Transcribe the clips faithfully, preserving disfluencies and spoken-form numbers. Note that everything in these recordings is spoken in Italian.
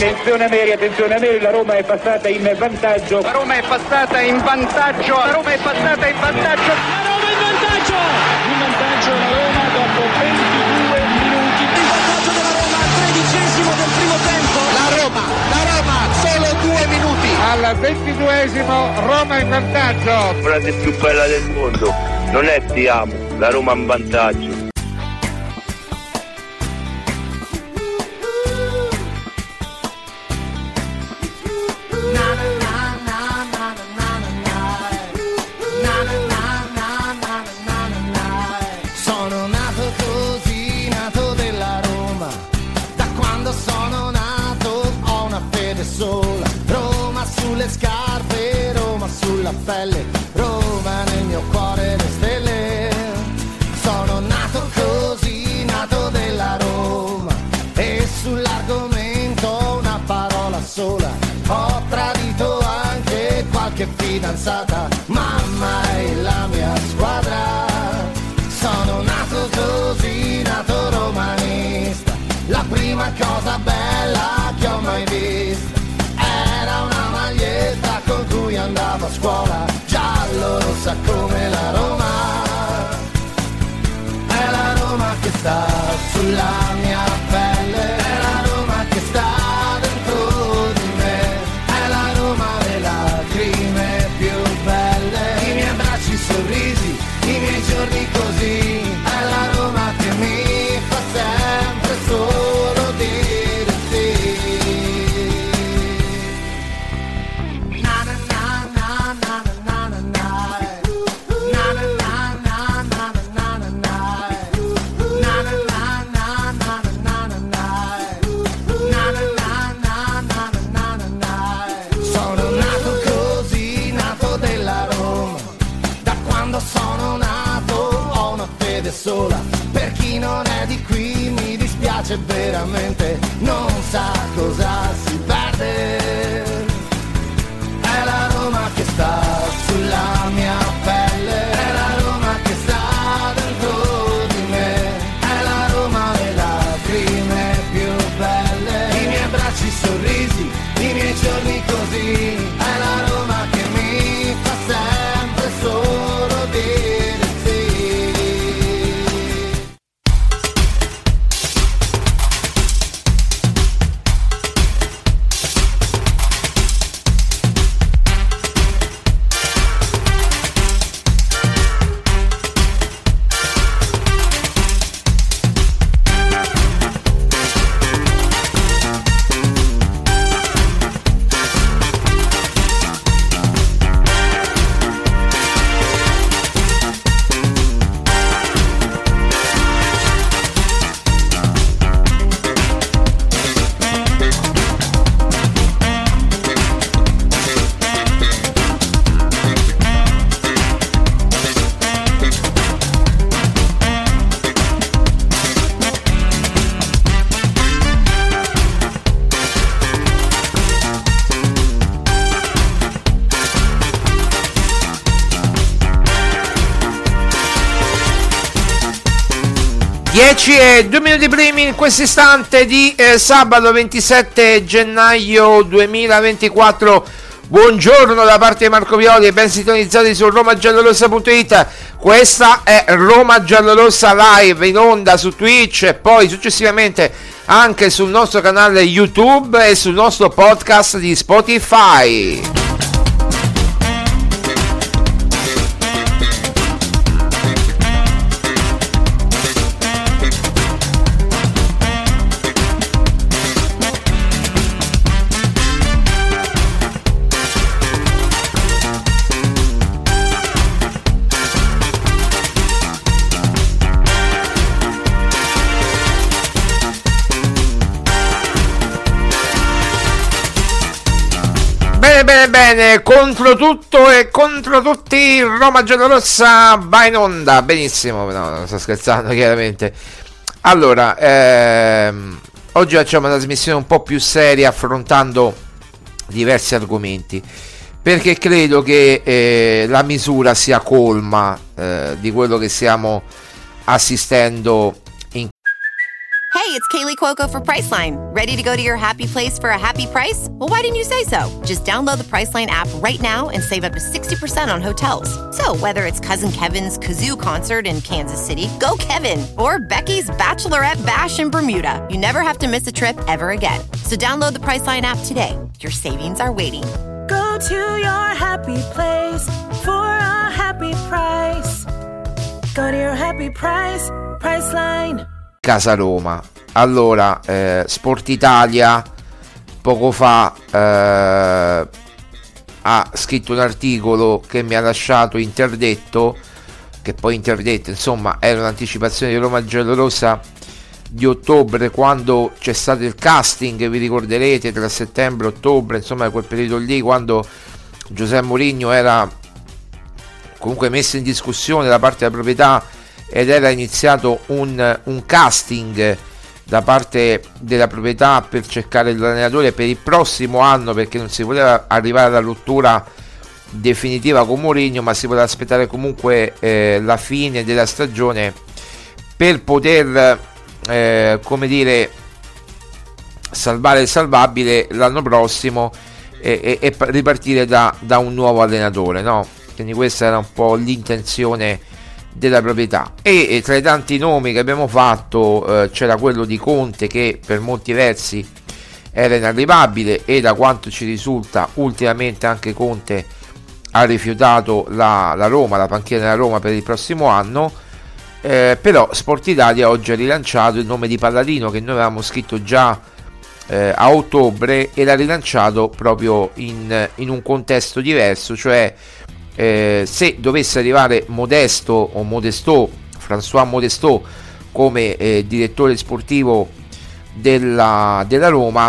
Attenzione Ameri, attenzione Ameri, la Roma è passata in vantaggio. La Roma è passata in vantaggio. La Roma è passata in vantaggio. La Roma in vantaggio. In vantaggio la Roma dopo ventidue minuti. In vantaggio della Roma al tredicesimo del primo tempo. La Roma, la Roma, solo due minuti. Al ventiduesimo Roma in vantaggio. La frase più bella del mondo non è ti amo, la Roma in vantaggio. Scarpe, Roma sulla pelle, Roma nel mio cuore le stelle. Sono nato così, nato della Roma, e sull'argomento una parola sola. Ho tradito anche qualche fidanzata, mamma è la mia squadra. Sono nato così, nato romanista, la prima cosa bella che ho mai visto era una maglietta con cui andavo a scuola, giallo rossa come la Roma. È la Roma che sta sulla mia pelle, è la Roma che sta dentro di me, è la Roma le lacrime più belle, i miei abbracci, i sorrisi, i miei giorni così, è la Roma che mi fa sempre solo dire sì. Sono nato, ho una fede sola, per chi non è di qui mi dispiace veramente, non sa cosa si perde. È la Roma che sta sulla mia pelle, è la Roma che sta dentro di me, è la Roma le lacrime più belle, i miei abbracci, i sorrisi, i miei giorni così, è la Roma che mi fa sempre solo dire sì. dieci e due minuti primi in questo istante di eh, sabato ventisette gennaio duemilaventiquattro. Buongiorno da parte di Marco Violi e ben sintonizzati su roma giallorossa punto it. Questa è Roma Giallorossa Live in onda su Twitch e poi successivamente anche sul nostro canale YouTube e sul nostro podcast di Spotify. Bene, bene, bene, contro tutto e contro tutti, Roma Giallorossa va in onda. Benissimo, no, sto scherzando chiaramente. Allora, ehm, oggi facciamo una trasmissione un po' più seria affrontando diversi argomenti, perché credo che eh, la misura sia colma eh, di quello che stiamo assistendo in... Hey, it's Kaylee Cuoco for Priceline. Ready to go to your happy place for a happy price? Well, why didn't you say so? Just download the Priceline app right now and save up to sixty percent on hotels. So whether it's Cousin Kevin's Kazoo Concert in Kansas City, go Kevin, or Becky's Bachelorette Bash in Bermuda, you never have to miss a trip ever again. So download the Priceline app today. Your savings are waiting. Go to your happy place for a happy price. Go to your happy price, Priceline. Casa Roma. Allora, eh, Sport Italia poco fa eh, ha scritto un articolo che mi ha lasciato interdetto, che poi interdetto, insomma, era un'anticipazione di Roma giallorossa di ottobre, quando c'è stato il casting, vi ricorderete, tra settembre e ottobre, insomma, quel periodo lì, quando Giuseppe Mourinho era comunque messo in discussione da parte della proprietà ed era iniziato un, un casting da parte della proprietà per cercare l'allenatore per il prossimo anno, perché non si poteva arrivare alla rottura definitiva con Mourinho, ma si poteva aspettare comunque eh, la fine della stagione per poter eh, come dire salvare il salvabile l'anno prossimo e, e, e ripartire da, da un nuovo allenatore, no? Quindi questa era un po' l'intenzione della proprietà. E, e tra i tanti nomi che abbiamo fatto eh, c'era quello di Conte, che per molti versi era inarrivabile, e da quanto ci risulta ultimamente anche Conte ha rifiutato la, la Roma, la panchina della Roma per il prossimo anno. Eh, però Sport Italia oggi ha rilanciato il nome di Palladino, che noi avevamo scritto già eh, a ottobre, e l'ha rilanciato proprio in, in un contesto diverso, cioè Eh, se dovesse arrivare Modesto o Modestò, François Modestò, come eh, direttore sportivo della, della Roma,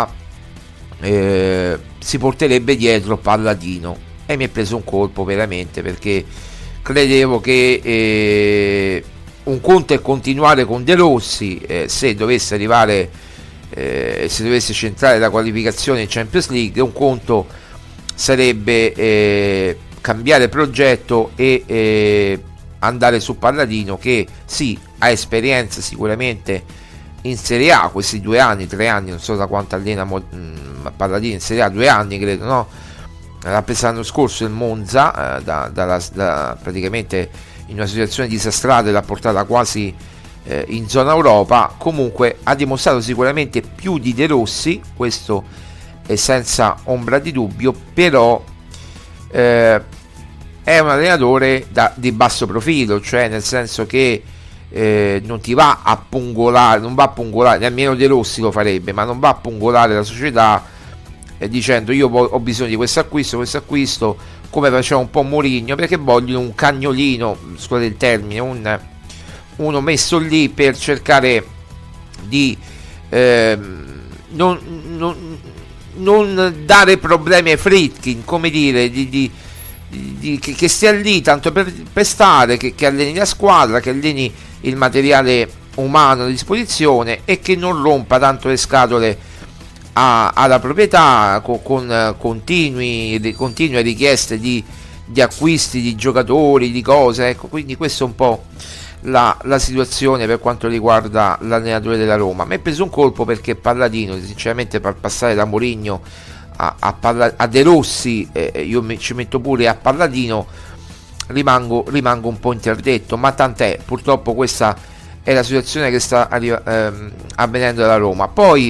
eh, si porterebbe dietro Palladino, e mi è preso un colpo veramente, perché credevo che eh, un conto è continuare con De Rossi, eh, se dovesse arrivare eh, se dovesse centrare la qualificazione in Champions League, un conto sarebbe eh, cambiare progetto e eh, andare su Palladino, che sì, ha esperienza sicuramente in Serie A, questi due anni, tre anni, non so da quanto allena mh, Palladino in Serie A, due anni credo, no? L'ha preso l'anno scorso il Monza, eh, da, da, da, praticamente in una situazione disastrata, e l'ha portata quasi eh, in zona Europa. Comunque ha dimostrato sicuramente più di De Rossi, questo è senza ombra di dubbio, però eh, è un allenatore da, di basso profilo, cioè nel senso che eh, non ti va a pungolare, non va a pungolare, nemmeno De Rossi lo farebbe, ma non va a pungolare la società eh, dicendo io ho bisogno di questo acquisto, questo acquisto, come faceva un po' Mourinho, perché vogliono un cagnolino, scusate il termine, un, uno messo lì per cercare di eh, non, non, non dare problemi ai Friedkin, come dire, di, di Di, di, che, che stia lì tanto per, per stare, che, che alleni la squadra, che alleni il materiale umano a disposizione, e che non rompa tanto le scatole a, alla proprietà con, con continui, continue richieste di, di acquisti di giocatori, di cose, ecco. Quindi questa è un po' la, la situazione per quanto riguarda l'allenatore della Roma. Mi è preso un colpo perché Palladino, sinceramente, per passare da Mourinho A, a, Palla, a De Rossi, eh, io mi, ci metto pure a Palladino, rimango, rimango un po' interdetto, ma tant'è, purtroppo questa è la situazione che sta arriva, ehm, avvenendo alla Roma. Poi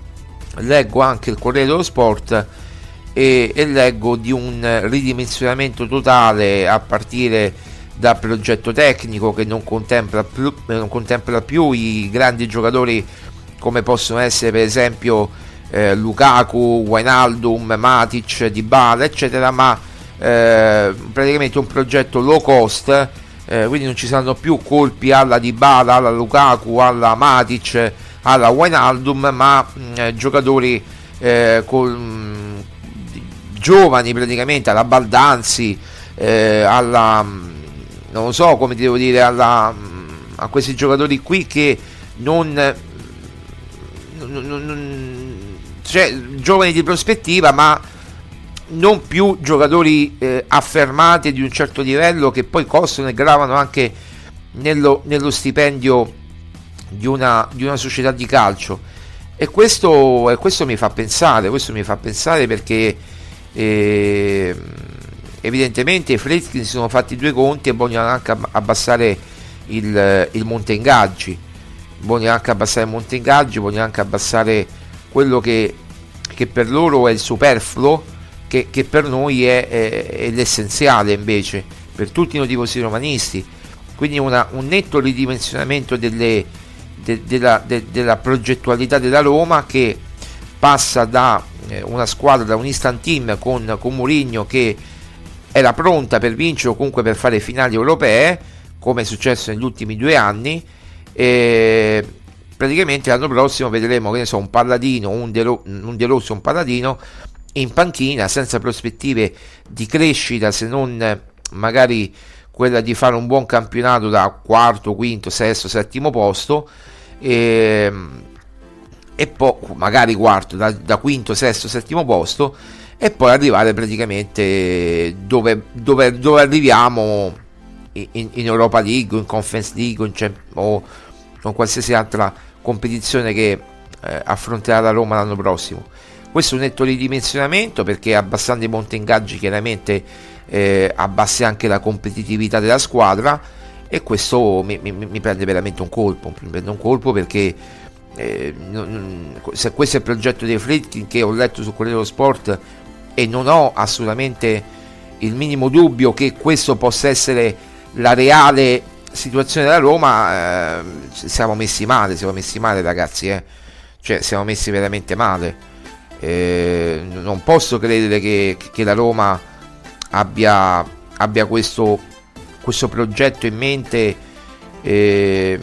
leggo anche il Corriere dello Sport e, e leggo di un ridimensionamento totale a partire dal progetto tecnico, che non contempla più, non contempla più i grandi giocatori come possono essere per esempio Eh, Lukaku, Wijnaldum, Matic, Dybala eccetera, ma eh, praticamente un progetto low cost, eh, quindi non ci saranno più colpi alla Dybala, alla Lukaku, alla Matic, alla Wijnaldum, ma mh, giocatori eh, con, mh, giovani praticamente, alla Baldanzi, eh, alla non lo so come devo dire, alla, a questi giocatori qui che non, non, non cioè giovani di prospettiva, ma non più giocatori eh, affermati di un certo livello, che poi costano e gravano anche nello, nello stipendio di una, di una società di calcio, e questo, e questo mi fa pensare, questo mi fa pensare perché eh, evidentemente i Friedkin si sono fatti due conti e vogliono anche abbassare il, il monte ingaggi, vogliono anche abbassare il monte ingaggi, vogliono anche abbassare quello che, che per loro è il superfluo, che, che per noi è, è, è l'essenziale invece, per tutti noi tifosi romanisti. Quindi una, un netto ridimensionamento delle, de, della, de, della progettualità della Roma, che passa da eh, una squadra, da un instant team con, con Mourinho che era pronta per vincere o comunque per fare finali europee, come è successo negli ultimi due anni, e praticamente l'anno prossimo vedremo, che ne so, un Palladino, un De, Ro- un De Rossi, un Palladino in panchina senza prospettive di crescita, se non magari quella di fare un buon campionato da quarto, quinto, sesto, settimo posto, e, e poi magari quarto, da, da quinto, sesto, settimo posto, e poi arrivare praticamente dove, dove, dove arriviamo in, in Europa League, in Conference League, in Champ- o con qualsiasi altra competizione che eh, affronterà la Roma l'anno prossimo. Questo è un netto ridimensionamento, perché abbassando i monte ingaggi chiaramente eh, abbassi anche la competitività della squadra, e questo mi, mi, mi prende veramente un colpo, mi prende un colpo perché eh, non, se questo è il progetto dei Friedkin, che ho letto su Corriere dello Sport, e non ho assolutamente il minimo dubbio che questo possa essere la reale situazione della Roma, eh, siamo messi male, siamo messi male ragazzi, eh. Cioè siamo messi veramente male. Eh, non posso credere che, che la Roma abbia, abbia questo, questo progetto in mente, eh,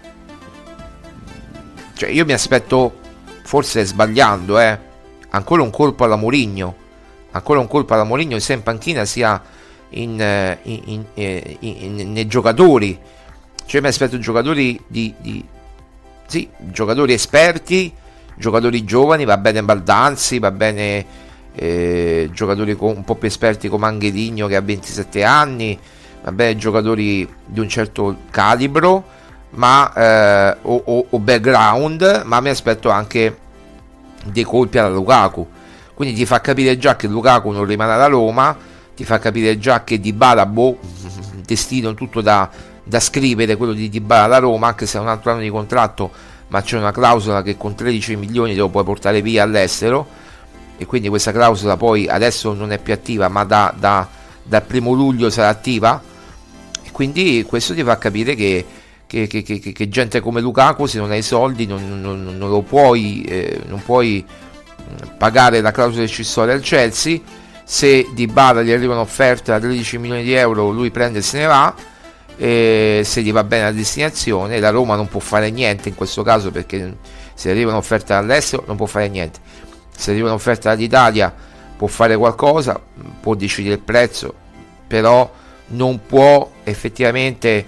cioè io mi aspetto, forse sbagliando, eh, ancora un colpo alla Mourinho, ancora un colpo alla Mourinho, sia in panchina sia in, in, in, in, in, nei giocatori. Cioè mi aspetto giocatori di, di sì, giocatori esperti, giocatori giovani, va bene Baldanzi, va bene eh, giocatori con, un po' più esperti come Angeligno che ha ventisette anni, va bene giocatori di un certo calibro, ma eh, o, o, o background, ma mi aspetto anche dei colpi alla Lukaku. Quindi ti fa capire già che Lukaku non rimane alla Roma, ti fa capire già che Dybala, boh, destino tutto da, da scrivere quello di Dybala alla Roma, anche se ha un altro anno di contratto, ma c'è una clausola che con tredici milioni te lo puoi portare via all'estero, e quindi questa clausola poi adesso non è più attiva, ma da, da, dal primo luglio sarà attiva, e quindi questo ti fa capire che, che, che, che, che gente come Lukaku, se non hai soldi, non, non, non lo puoi, eh, non puoi pagare la clausola rescissoria al Chelsea. Se Dybala gli arriva un'offerta da tredici milioni di euro, lui prende e se ne va. E se gli va bene la destinazione, la Roma non può fare niente in questo caso, perché se arriva un'offerta dall'estero non può fare niente. Se arriva un'offerta dall'Italia può fare qualcosa, può decidere il prezzo, però non può effettivamente,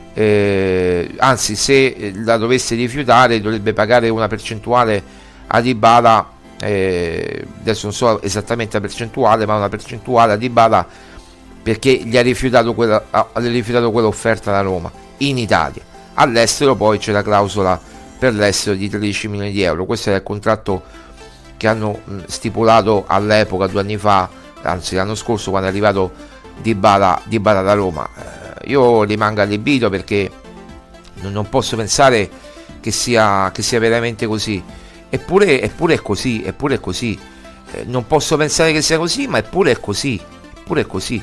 eh, anzi se la dovesse rifiutare dovrebbe pagare una percentuale a Dybala, eh, adesso non so esattamente la percentuale, ma una percentuale a Dybala, perché gli ha rifiutato quella, ha rifiutato quell'offerta alla Roma in Italia. All'estero poi c'è la clausola per l'estero di tredici milioni di euro. Questo era il contratto che hanno stipulato all'epoca, due anni fa, anzi l'anno scorso, quando è arrivato Dybala, Dybala alla Roma. Eh, io rimango allibito, perché non, non posso pensare che sia, che sia veramente così. Eppure, eppure è così, eppure è così. Eh, non posso pensare che sia così, ma eppure è così, eppure è così.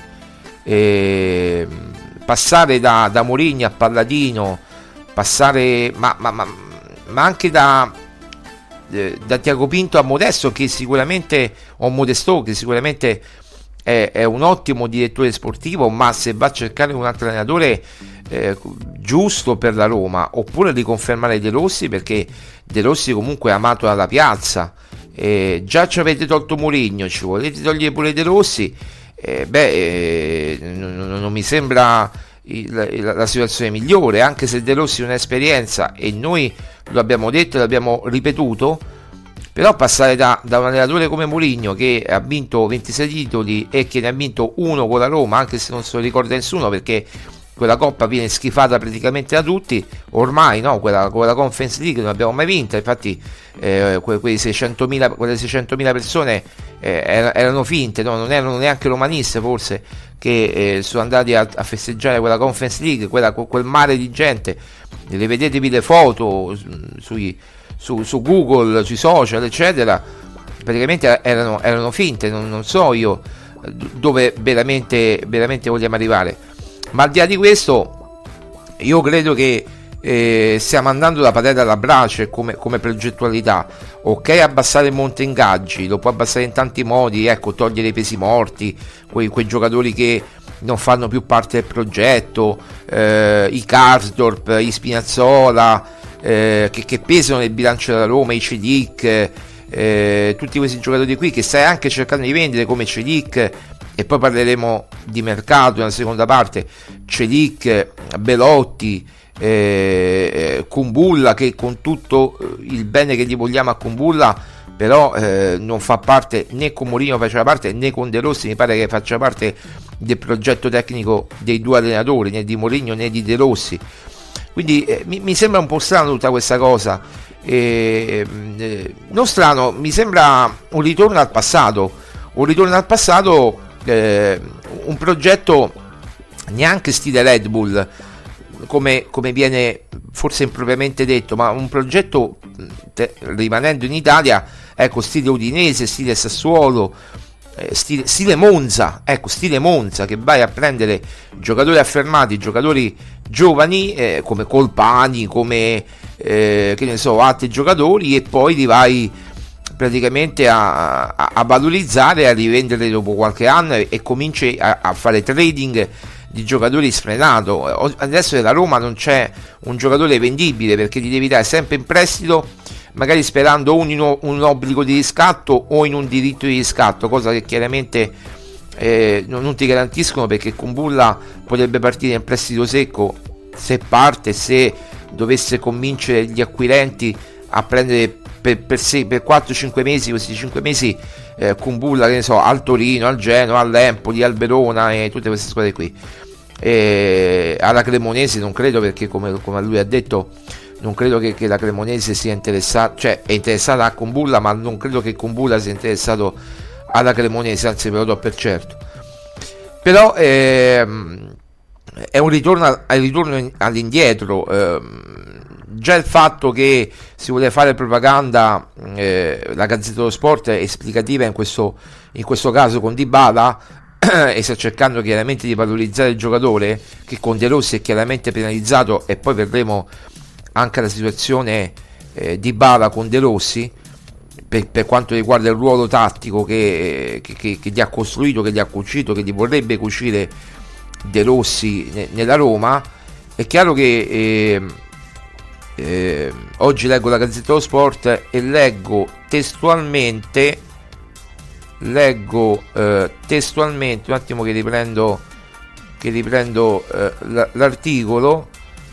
Eh, passare da, da Mourinho a Palladino, passare ma, ma, ma, ma anche da, eh, da Tiago Pinto a Modesto, che sicuramente, o Modesto, che sicuramente è, è un ottimo direttore sportivo, ma se va a cercare un altro allenatore eh, giusto per la Roma, oppure riconfermare De Rossi, perché De Rossi comunque è amato dalla piazza. Eh, già ci avete tolto Mourinho, ci volete togliere pure De Rossi. Eh, beh, eh, non, non mi sembra il, il, la situazione migliore, anche se De Rossi non ha esperienza, e noi lo abbiamo detto e l'abbiamo ripetuto. Però passare da, da un allenatore come Mourinho, che ha vinto ventisei titoli e che ne ha vinto uno con la Roma, anche se non se lo ricorda nessuno, perché quella coppa viene schifata praticamente da tutti ormai, no? Quella, quella Conference League non l'abbiamo mai vinta, infatti eh, que, quei seicentomila, quelle seicentomila persone eh, erano finte, no? Non erano neanche romaniste forse, che eh, sono andati a, a festeggiare quella Conference League, quella, quel mare di gente. Rivedetevi le foto sui, su, su Google, sui social eccetera, praticamente erano, erano finte, non, non so io dove veramente, veramente vogliamo arrivare. Ma al di là di questo, io credo che eh, stiamo andando da patata alla brace come, come progettualità. Ok, abbassare il monte ingaggi, lo può abbassare in tanti modi, ecco, togliere i pesi morti, quei, quei giocatori che non fanno più parte del progetto, eh, i Karsdorp, i Spinazzola, eh, che, che pesano nel bilancio della Roma, i Celic, eh, tutti questi giocatori qui che stai anche cercando di vendere come Celic. E poi parleremo di mercato nella seconda parte. Celic, Belotti, eh, Kumbulla, che con tutto il bene che gli vogliamo a Kumbulla, però eh, non fa parte, né con Mourinho faceva parte, né con De Rossi mi pare che faccia parte del progetto tecnico dei due allenatori, né di Mourinho né di De Rossi. Quindi eh, mi, mi sembra un po' strano tutta questa cosa. Eh, eh, non strano, mi sembra un ritorno al passato, un ritorno al passato. Eh, un progetto neanche stile Red Bull come, come viene forse impropriamente detto, ma un progetto te, rimanendo in Italia, ecco, stile Udinese, stile Sassuolo, eh, stile, stile Monza, ecco, stile Monza, che vai a prendere giocatori affermati, giocatori giovani eh, come Colpani, come eh, che ne so, altri giocatori, e poi li vai praticamente a, a, a valorizzare e a rivendere dopo qualche anno, e, e cominci a, a fare trading di giocatori sfrenato. Adesso nella Roma non c'è un giocatore vendibile, perché ti devi dare sempre in prestito, magari sperando o in un obbligo di riscatto o in un diritto di riscatto, cosa che chiaramente eh, non, non ti garantiscono, perché Kumbulla potrebbe partire in prestito secco se parte, se dovesse convincere gli acquirenti a prendere per, per, per quattro cinque mesi, questi cinque mesi eh, Kumbulla, che ne so, al Torino, al Genoa, all'Empoli, al Verona e tutte queste squadre qui. E alla Cremonese non credo, perché come, come lui ha detto, non credo che, che la Cremonese sia interessata, cioè è interessata a Kumbulla, ma non credo che Kumbulla sia interessato alla Cremonese, anzi ve lo do per certo. Però ehm, è un ritorno, al, al ritorno all'indietro. ehm, Già il fatto che si vuole fare propaganda, eh, la Gazzetta dello Sport è esplicativa in questo, in questo caso con Dybala, e sta cercando chiaramente di valorizzare il giocatore, che con De Rossi è chiaramente penalizzato, e poi vedremo anche la situazione eh, Dybala con De Rossi per, per quanto riguarda il ruolo tattico che, che, che, che gli ha costruito, che gli ha cucito, che gli vorrebbe cucire De Rossi ne, nella Roma. È chiaro che eh, Eh, oggi leggo la Gazzetta dello Sport e leggo testualmente leggo eh, testualmente un attimo che riprendo che riprendo eh, l- l'articolo.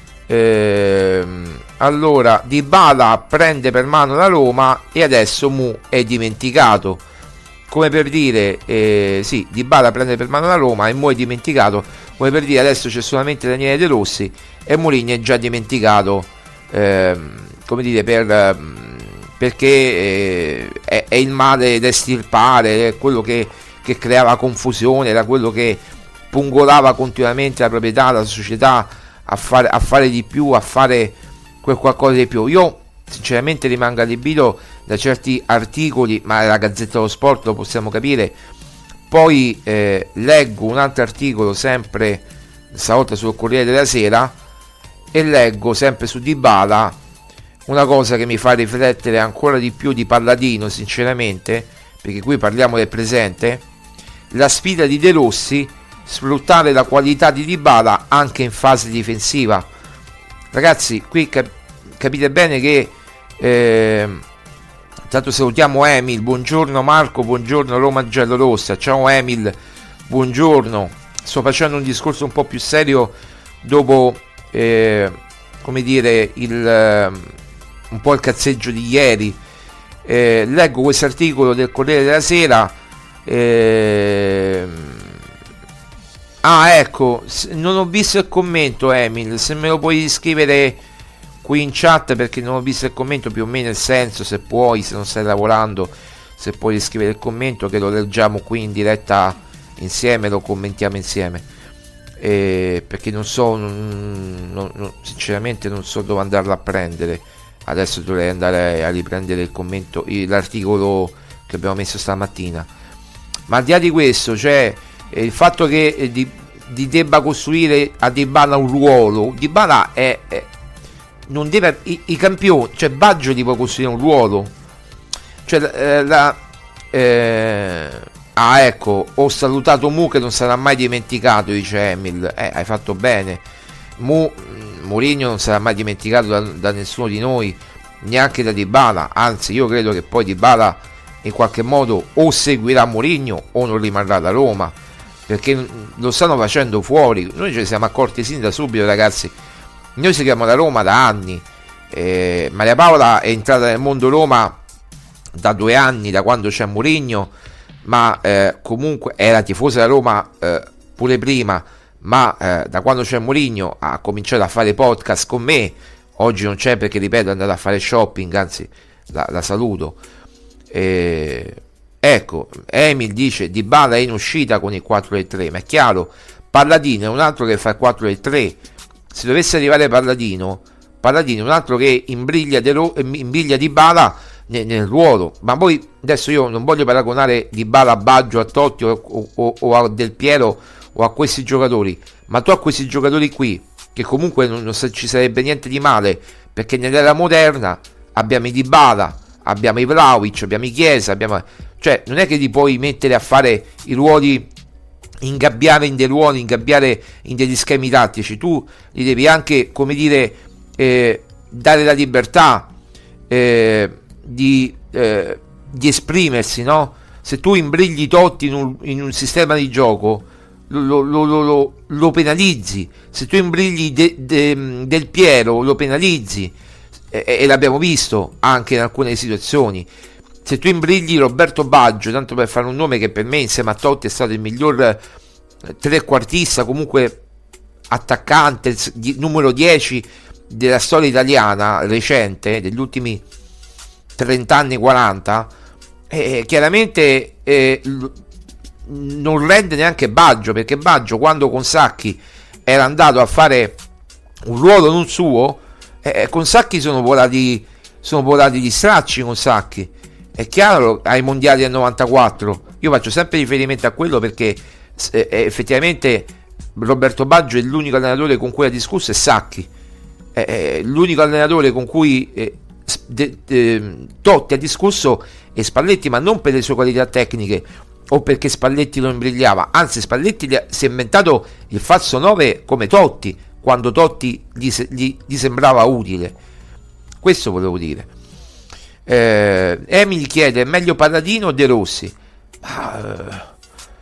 eh, allora Dybala prende per mano la Roma e adesso Mu è dimenticato, come per dire eh, sì, Dybala prende per mano la Roma e Mu è dimenticato, come per dire adesso c'è solamente Daniele De Rossi e Mourinho è già dimenticato. Eh, come dire, per, perché eh, è, è il male da estirpare, è quello che, che creava confusione, era quello che pungolava continuamente la proprietà, la società a fare, a fare di più, a fare quel qualcosa di più. Io sinceramente rimango allibito da certi articoli, ma la Gazzetta dello Sport lo possiamo capire. Poi eh, leggo un altro articolo, sempre stavolta sul Corriere della Sera, e leggo sempre su Dybala una cosa che mi fa riflettere ancora di più di Palladino, sinceramente, perché qui parliamo del presente. La sfida di De Rossi: sfruttare la qualità di Dybala anche in fase difensiva. Ragazzi, qui cap- capite bene che eh, tanto salutiamo Emil, buongiorno Marco, buongiorno Roma Giallorossa, ciao Emil, buongiorno. Sto facendo un discorso un po' più serio dopo Eh, come dire il, eh, un po' il cazzeggio di ieri. eh, leggo questo articolo del Corriere della Sera, eh, Ah, ecco, non ho visto il commento, Emil, se me lo puoi scrivere qui in chat, perché non ho visto il commento, più o meno il senso, se puoi, se non stai lavorando, se puoi scrivere il commento, che lo leggiamo qui in diretta insieme, lo commentiamo insieme, eh, perché non so, non, non, non, sinceramente non so dove andarlo a prendere. Adesso dovrei andare a riprendere il commento, l'articolo che abbiamo messo stamattina. Ma al di là di questo, cioè il fatto che eh, di, di debba costruire a Dybala un ruolo, Dybala è, è non deve, i, i campioni, cioè Baggio gli può costruire un ruolo, cioè eh, la eh, ah ecco, ho salutato Mu che non sarà mai dimenticato, dice Emil. Eh, hai fatto bene. Mu, Mourinho non sarà mai dimenticato da, da nessuno di noi, neanche da Dybala, anzi io credo che poi Dybala in qualche modo o seguirà Mourinho o non rimarrà da Roma, perché lo stanno facendo fuori. Noi ce ne siamo accorti sin da subito, ragazzi. Noi seguiamo la Roma da anni, eh, Maria Paola è entrata nel mondo Roma da due anni, da quando c'è Mourinho, ma eh, comunque era tifosa da Roma eh, pure prima, ma eh, da quando c'è Mourinho ha cominciato a fare podcast con me. Oggi non c'è perché, ripeto, è andata a fare shopping, anzi la, la saluto. Eh, ecco, Emil dice Dybala è in uscita con il quattro e tre, ma è chiaro, Palladino è un altro che fa il quattro e tre. Se dovesse arrivare Palladino, Palladino è un altro che imbriglia, de ro- imbriglia Dybala nel, nel ruolo. Ma poi adesso io non voglio paragonare Dybala a Baggio, a Totti o, o, o a Del Piero o a questi giocatori, ma tu a questi giocatori qui, che comunque non, non ci sarebbe niente di male, perché nell'era moderna abbiamo i Dybala, abbiamo i Vlahovic, abbiamo i Chiesa, abbiamo, cioè non è che li puoi mettere a fare i ruoli, ingabbiare in dei ruoli, ingabbiare in degli schemi tattici. Tu gli devi anche, come dire, eh, dare la libertà eh, di, eh, di esprimersi, no? Se tu imbrigli Totti in un, in un sistema di gioco, Lo, lo, lo, lo, lo penalizzi. Se tu imbrigli de, de, Del Piero, lo penalizzi, e, e l'abbiamo visto anche in alcune situazioni. Se tu imbrigli Roberto Baggio, tanto per fare un nome che per me insieme a Totti è stato il miglior trequartista, comunque attaccante, il numero dieci della storia italiana recente, degli ultimi trenta anni, quaranta, eh, chiaramente eh, non rende neanche Baggio, perché Baggio quando con Sacchi era andato a fare un ruolo non suo, eh, con Sacchi sono volati sono volati gli stracci con Sacchi. È chiaro, ai mondiali del novantaquattro io faccio sempre riferimento a quello, perché eh, effettivamente Roberto Baggio è l'unico allenatore con cui ha discusso, è Sacchi, eh, eh, l'unico allenatore con cui eh, de, de, Totti ha discusso è Spalletti, ma non per le sue qualità tecniche o perché Spalletti lo imbrigliava, anzi Spalletti gli ha, si è inventato il falso nove come Totti, quando Totti gli, gli, gli sembrava utile. Questo volevo dire. eh, Emil chiede: è meglio Palladino o De Rossi? Ma,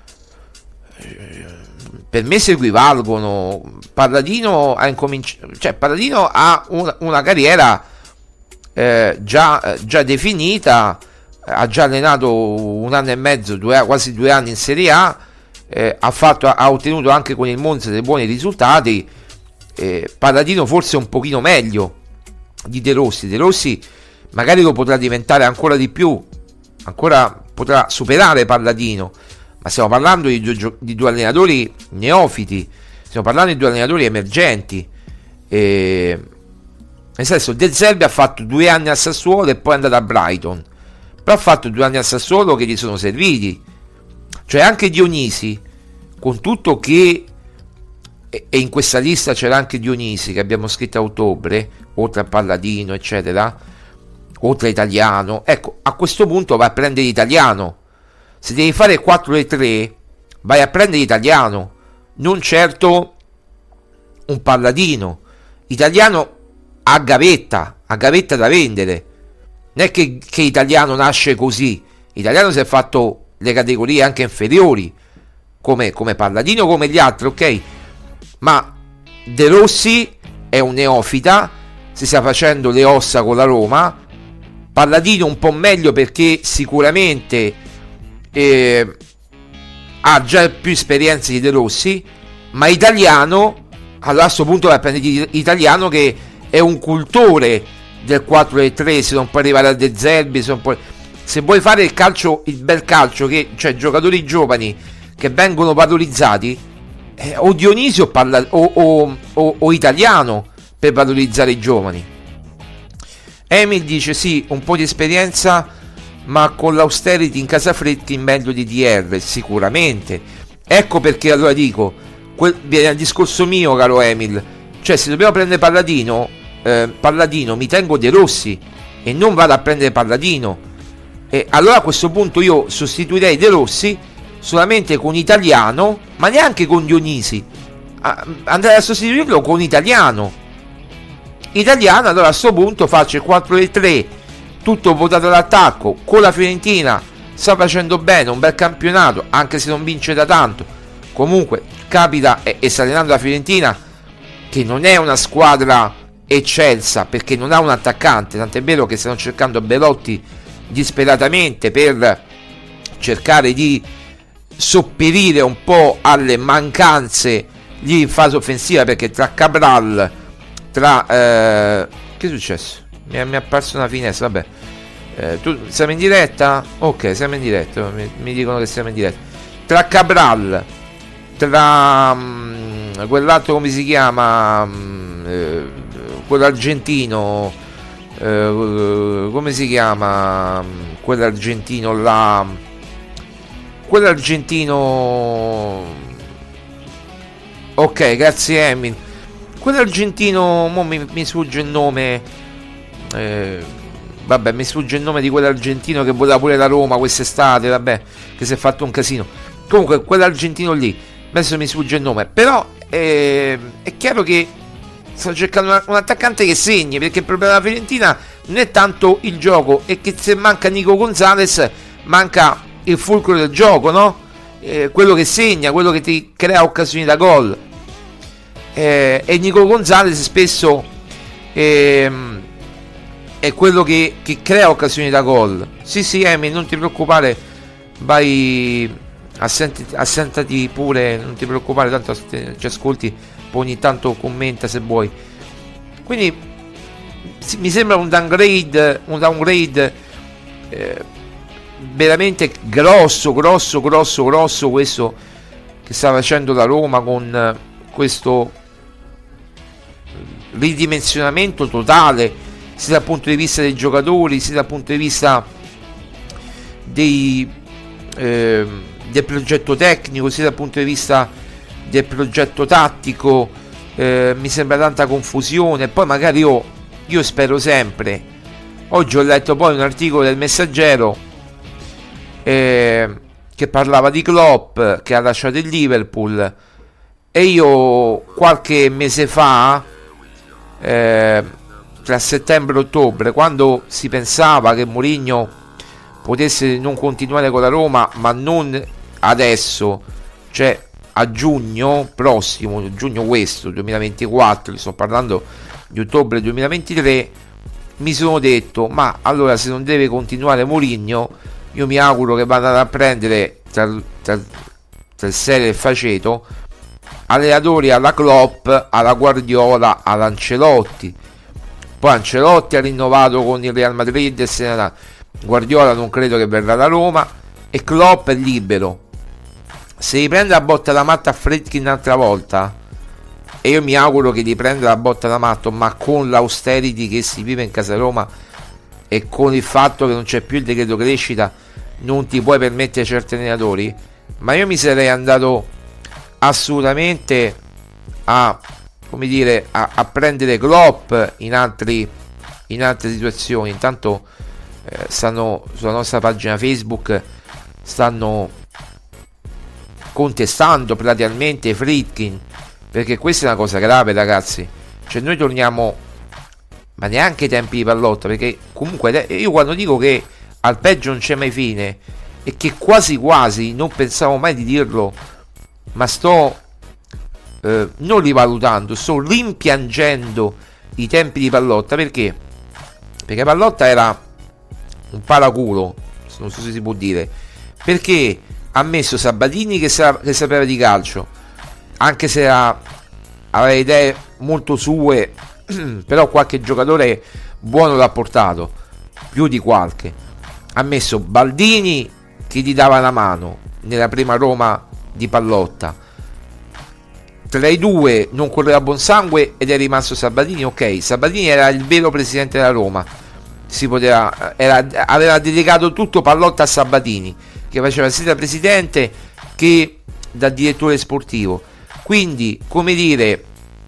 eh, per me si equivalgono. Palladino ha incominciato, cioè Palladino ha una, una carriera eh, già, già definita, ha già allenato un anno e mezzo, due, quasi due anni in Serie A, eh, ha, fatto, ha ottenuto anche con il Monza dei buoni risultati. eh, Palladino forse un pochino meglio di De Rossi. De Rossi magari lo potrà diventare ancora di più, ancora potrà superare Palladino, ma stiamo parlando di due, di due allenatori neofiti, stiamo parlando di due allenatori emergenti. eh, nel senso, De Zerbi ha fatto due anni a Sassuolo e poi è andato a Brighton, però ha fatto due anni a Sassuolo che gli sono serviti. Cioè anche Dionisi, con tutto che, e in questa lista c'era anche Dionisi che abbiamo scritto a ottobre, oltre a Palladino eccetera, oltre a Italiano, ecco, a questo punto vai a prendere Italiano. Se devi fare quattro e tre vai a prendere Italiano, non certo un Palladino. Italiano a gavetta, a gavetta da vendere. Non è che, che Italiano nasce così. Italiano si è fatto le categorie anche inferiori, come, come Palladino, come gli altri, ok? Ma De Rossi è un neofita, si sta facendo le ossa con la Roma. Palladino un po' meglio, perché sicuramente eh, ha già più esperienze di De Rossi. ma Italiano, allora a questo punto va a prendere Italiano che è un cultore del quattro tre tre, se non puoi arrivare a De Zerbi, se, non puoi, se vuoi fare il calcio, il bel calcio, che cioè giocatori giovani che vengono valorizzati, eh, o Dionisio parla, o, o, o, o Italiano per valorizzare i giovani. Emil dice sì, un po' di esperienza, ma con l'austerity in casa Friedkin meglio di D R, sicuramente. Ecco perché allora dico, quel, viene al discorso mio, caro Emil, cioè se dobbiamo prendere Palladino, eh, Palladino mi tengo De Rossi e non vado a prendere Palladino, e allora a questo punto io sostituirei De Rossi solamente con Italiano, ma neanche con Dionisi, andrei a sostituirlo con Italiano. Italiano, allora a questo punto faccio il quattro tre tre, tutto votato all'attacco, con la Fiorentina sta facendo bene, un bel campionato, anche se non vince da tanto, comunque capita, e, e sta allenando la Fiorentina, che non è una squadra eccelsa, perché non ha un attaccante, tant'è vero che stanno cercando Belotti disperatamente per cercare di sopperire un po' alle mancanze lì in fase offensiva, perché tra Cabral, tra eh, che è successo? Mi è, mi è apparso una finestra, vabbè. Eh, tu siamo in diretta? Ok, siamo in diretta, mi, mi dicono che siamo in diretta. Tra Cabral, tra um, quell'altro, come si chiama, um, eh, quell'argentino, eh, come si chiama, um, quell'argentino là, quell'argentino, ok, grazie Emil, quell'argentino, mo mi, mi sfugge il nome, eh, vabbè, mi sfugge il nome di quell'argentino che voleva pure la Roma quest'estate, vabbè, che si è fatto un casino. Comunque quell'argentino lì, adesso mi sfugge il nome, però eh, è chiaro che sto cercando una, un attaccante che segni, perché il problema della Fiorentina non è tanto il gioco, è che se manca Nico Gonzalez manca il fulcro del gioco, no? Eh, quello che segna, quello che ti crea occasioni da gol, eh, e Nico Gonzalez spesso eh, è quello che, che crea occasioni da gol. Sì sì Emil, non ti preoccupare, vai, assenti, assentati pure, non ti preoccupare, tanto ci ascolti, poi ogni tanto commenta se vuoi. Quindi sì, mi sembra un downgrade, un downgrade eh, veramente grosso, grosso, grosso, grosso questo che sta facendo la Roma, con questo ridimensionamento totale sia dal punto di vista dei giocatori, sia dal punto di vista dei, eh, del progetto tecnico, sia dal punto di vista del progetto tattico. Eh, mi sembra tanta confusione. Poi magari io, io spero sempre, oggi ho letto poi un articolo del Messaggero eh, che parlava di Klopp che ha lasciato il Liverpool, e io qualche mese fa, eh, tra settembre e ottobre, quando si pensava che Mourinho potesse non continuare con la Roma, ma non adesso, cioè a giugno prossimo, giugno questo duemilaventiquattro, sto parlando di ottobre duemilaventitré, mi sono detto, ma allora se non deve continuare Mourinho, io mi auguro che vadano a prendere tra, tra, tra il serio e il faceto allenatori alla Klopp, alla Guardiola, all'Ancelotti. Poi Ancelotti ha rinnovato con il Real Madrid e se ne andrà. Guardiola non credo che verrà da Roma, e Klopp è libero. Se riprende la botta da matto a Friedkin un'altra volta, e io mi auguro che riprenda la botta da matto, ma con l'austerity che si vive in casa Roma e con il fatto che non c'è più il decreto crescita, non ti puoi permettere certi allenatori, ma io mi sarei andato assolutamente a, come dire, a, a prendere Klopp in altri in altre situazioni. Intanto eh, stanno sulla nostra pagina Facebook, stanno contestando praticamente Friedkin, perché questa è una cosa grave, ragazzi. Cioè noi torniamo, ma neanche ai tempi di Pallotta, perché comunque io quando dico che al peggio non c'è mai fine, e che quasi quasi non pensavo mai di dirlo, ma sto eh, non rivalutando, sto rimpiangendo i tempi di Pallotta. Perché? Perché Pallotta era un paraculo, non so se si può dire, perché ha messo Sabatini che, sa- che sapeva di calcio, anche se ha, aveva idee molto sue, però qualche giocatore buono l'ha portato, più di qualche. Ha messo Baldini che gli dava la mano nella prima Roma di Pallotta, tra i due non correva buon sangue ed è rimasto Sabatini. Ok, Sabatini era il vero presidente della Roma, si poteva, era, aveva dedicato tutto Pallotta a Sabatini, che faceva sia da presidente che da direttore sportivo. Quindi, come dire,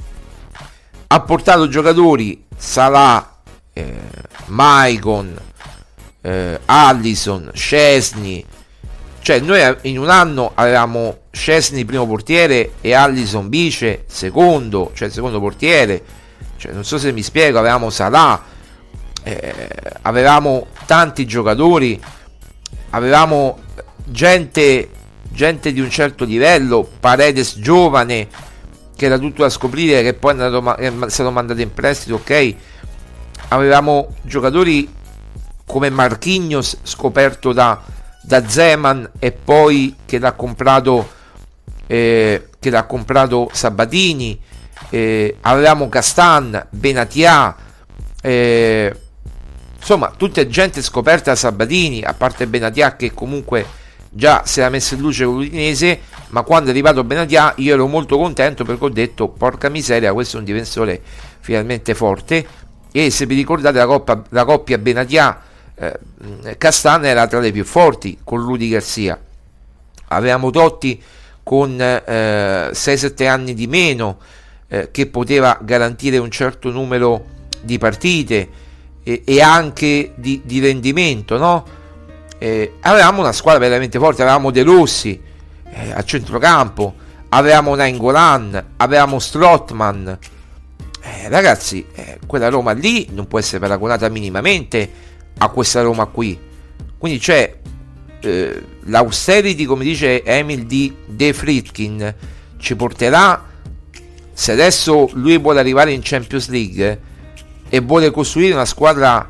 ha portato giocatori Salah, eh, Maicon, eh, Allison, Szczesny. Cioè noi in un anno avevamo Szczesny primo portiere e Allison vice secondo, cioè secondo portiere, cioè, non so se mi spiego. Avevamo Salah, eh, avevamo tanti giocatori, avevamo gente gente di un certo livello, Paredes giovane che era tutto da scoprire, che poi è, andato, è stato mandato in prestito, ok. Avevamo giocatori come Marquinhos scoperto da, da Zeman e poi che l'ha comprato eh, che l'ha comprato Sabatini, eh, avevamo Castan, Benatia, eh, insomma tutta gente scoperta da Sabatini, a parte Benatia che comunque già si era messo in luce con l'Udinese, ma quando è arrivato Benatia io ero molto contento perché ho detto porca miseria, questo è un difensore finalmente forte. E se vi ricordate la, coppa, la coppia Benatia eh, Castan era tra le più forti con Rudi Garcia. Avevamo Totti con eh, sei sette anni di meno, eh, che poteva garantire un certo numero di partite e, e anche di, di rendimento, no? Eh, avevamo una squadra veramente forte, avevamo De Rossi eh, a centrocampo, avevamo Nainggolan, avevamo Strootman. Eh, ragazzi, eh, quella Roma lì non può essere paragonata minimamente a questa Roma qui. Quindi c'è eh, l'austerity, come dice Emil di De Friedkin, ci porterà, se adesso lui vuole arrivare in Champions League e vuole costruire una squadra,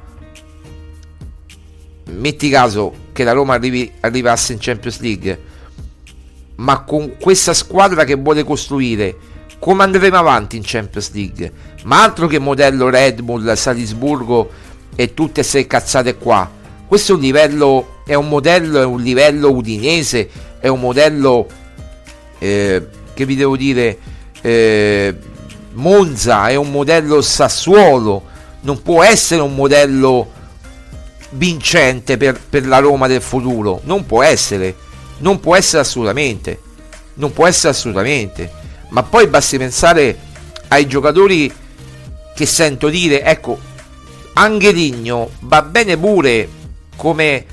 metti caso che la Roma arrivi, arrivasse in Champions League, ma con questa squadra che vuole costruire, come andremo avanti in Champions League? Ma altro che modello Red Bull, Salisburgo e tutte queste cazzate qua. Questo è un livello, è un modello, è un livello udinese, è un modello eh, che vi devo dire eh, Monza, è un modello Sassuolo. Non può essere un modello vincente per, per la Roma del futuro. Non può essere, non può essere assolutamente, non può essere assolutamente. Ma poi basti pensare ai giocatori che sento dire, ecco, Angeligno va bene pure come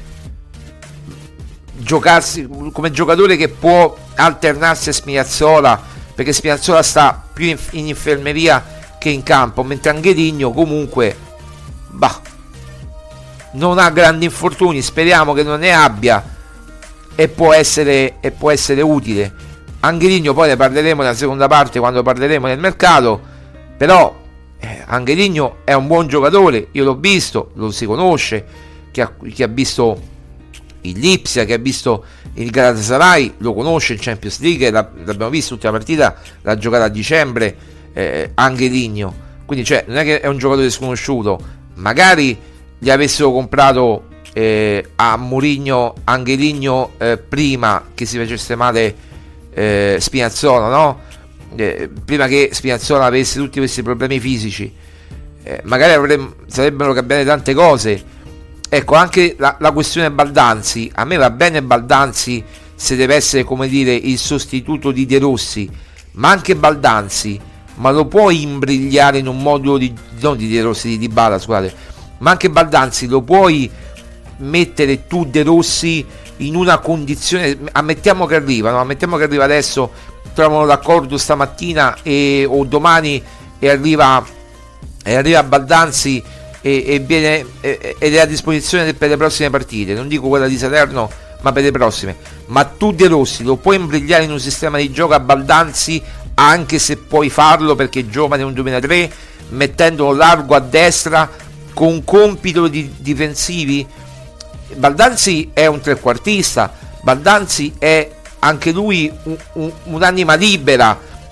giocarsi, come giocatore che può alternarsi a Spinazzola, perché Spinazzola sta più in, in infermeria che in campo, mentre Angeligno comunque bah, non ha grandi infortuni, speriamo che non ne abbia, e può essere, e può essere utile. Angeligno poi ne parleremo nella seconda parte quando parleremo del mercato, però eh, Angeligno è un buon giocatore, io l'ho visto, lo si conosce, chi ha, chi ha visto il Lipsia, chi ha visto il Galatasaray lo conosce, il Champions League l'abbiamo visto, l'ultima partita l'ha giocata a dicembre eh, Angeligno, quindi cioè non è che è un giocatore sconosciuto. Magari gli avessero comprato eh, a Mourinho Angeligno eh, prima che si facesse male Eh, Spinazzola, no? Eh, prima che Spinazzola avesse tutti questi problemi fisici, eh, magari avremmo, sarebbero cambiate tante cose. Ecco, anche la, la questione Baldanzi, a me va bene Baldanzi se deve essere, come dire, il sostituto di De Rossi, ma anche Baldanzi, ma lo puoi imbrigliare in un modulo di, non di De Rossi, di Dybala, scusate, ma anche Baldanzi lo puoi mettere tu De Rossi in una condizione, ammettiamo che arriva, no? ammettiamo che arriva adesso, trovano d'accordo stamattina e, o domani e arriva e arriva Baldanzi e, e viene e, ed è a disposizione per le prossime partite, non dico quella di Salerno ma per le prossime. Ma tu De Rossi lo puoi imbrigliare in un sistema di gioco a Baldanzi, anche se puoi farlo perché è giovane, è un duemilatré, mettendolo largo a destra con compito di difensivi. Baldanzi è un trequartista, Baldanzi è anche lui un, un, un'anima libera,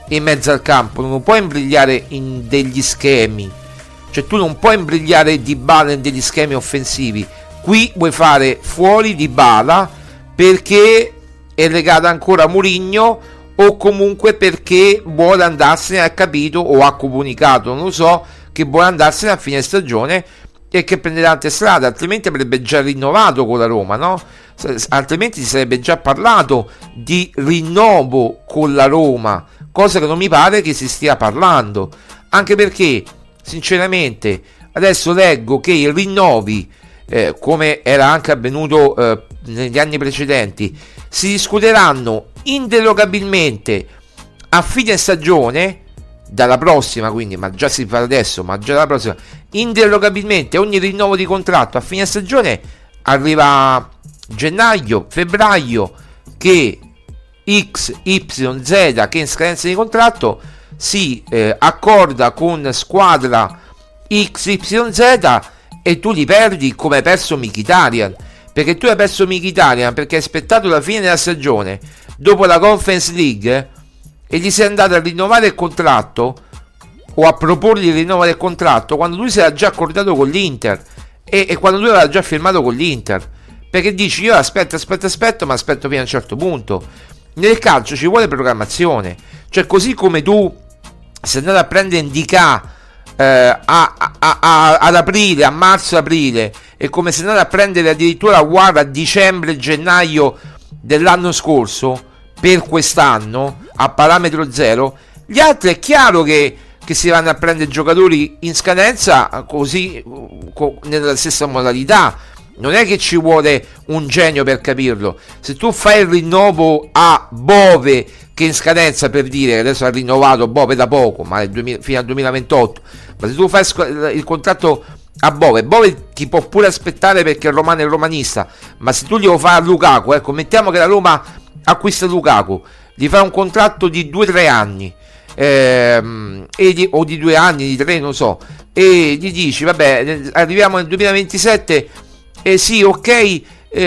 in mezzo al campo, non puoi imbrigliare in degli schemi, cioè tu non puoi imbrigliare Dybala in degli schemi offensivi. Qui vuoi fare fuori Dybala perché è legato ancora a Mourinho, o comunque perché vuole andarsene, ha capito o ha comunicato, non lo so, che vuole andarsene a fine stagione e che prenderà altre strade, altrimenti avrebbe già rinnovato con la Roma, no? Altrimenti si sarebbe già parlato di rinnovo con la Roma, cosa che non mi pare che si stia parlando, anche perché sinceramente adesso leggo che i rinnovi, eh, come era anche avvenuto eh, negli anni precedenti, si discuteranno inderogabilmente a fine stagione dalla prossima, quindi, ma già si fa adesso, ma già dalla prossima, inderogabilmente ogni rinnovo di contratto a fine stagione arriva gennaio, febbraio, che X Y Z che in scadenza di contratto si eh, accorda con squadra X Y Z e tu li perdi come hai perso Mkhitaryan, perché tu hai perso Mkhitaryan perché hai aspettato la fine della stagione dopo la Conference League e gli sei andato a rinnovare il contratto o a proporgli il rinnovo del contratto quando lui si era già accordato con l'Inter e, e quando lui aveva già firmato con l'Inter, perché dici io aspetto aspetto aspetto ma aspetto fino a un certo punto. Nel calcio ci vuole programmazione, cioè così come tu sei andato a prendere Ndicà eh, a, a, a, ad aprile, a marzo-aprile, e come sei andato a prendere addirittura Aouar a dicembre gennaio dell'anno scorso per quest'anno a parametro zero, gli altri è chiaro che, che si vanno a prendere giocatori in scadenza così co, nella stessa modalità. Non è che ci vuole un genio per capirlo. Se tu fai il rinnovo a Bove, che in scadenza, per dire, adesso ha rinnovato Bove da poco, ma duemila, fino al duemilaventotto, ma se tu fai il contratto a Bove, Bove ti può pure aspettare perché il romano è romanista, ma se tu glielo fai a Lukaku, ecco, mettiamo che la Roma acquista Lukaku, gli fai un contratto di due tre anni, ehm, e di, o di due anni, di tre, non so, e gli dici, vabbè, arriviamo nel duemilaventisette, e eh sì, ok,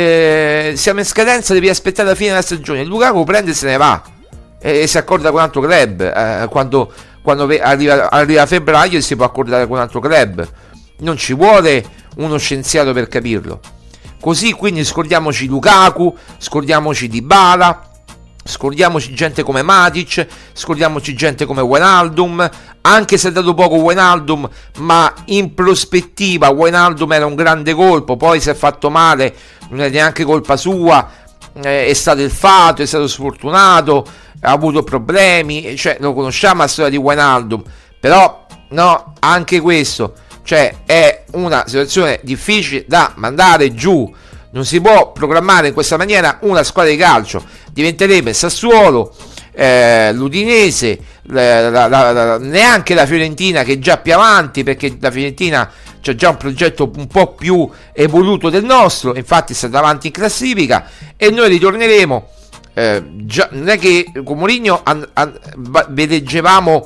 eh, siamo in scadenza, devi aspettare la fine della stagione. Lukaku prende e se ne va e, e si accorda con un altro club, eh, quando, quando arriva, arriva a febbraio si può accordare con un altro club. Non ci vuole uno scienziato per capirlo. Così, quindi scordiamoci Lukaku, scordiamoci Dybala, scordiamoci gente come Matic, scordiamoci gente come Wijnaldum, anche se ha dato poco Wijnaldum, ma in prospettiva Wijnaldum era un grande colpo, poi si è fatto male, non è neanche colpa sua, eh, è stato il fato, è stato sfortunato, ha avuto problemi, cioè lo conosciamo la storia di Wijnaldum, però no, anche questo, cioè è una situazione difficile da mandare giù. Non si può programmare in questa maniera una squadra di calcio. Diventerebbe il Sassuolo, eh, l'Udinese, la, la, la, la, neanche la Fiorentina, che è già più avanti, perché la Fiorentina c'è già un progetto un po' più evoluto del nostro, infatti sta davanti in classifica, e noi ritorneremo, eh, già, non è che con Mourinho an, an, veleggiavamo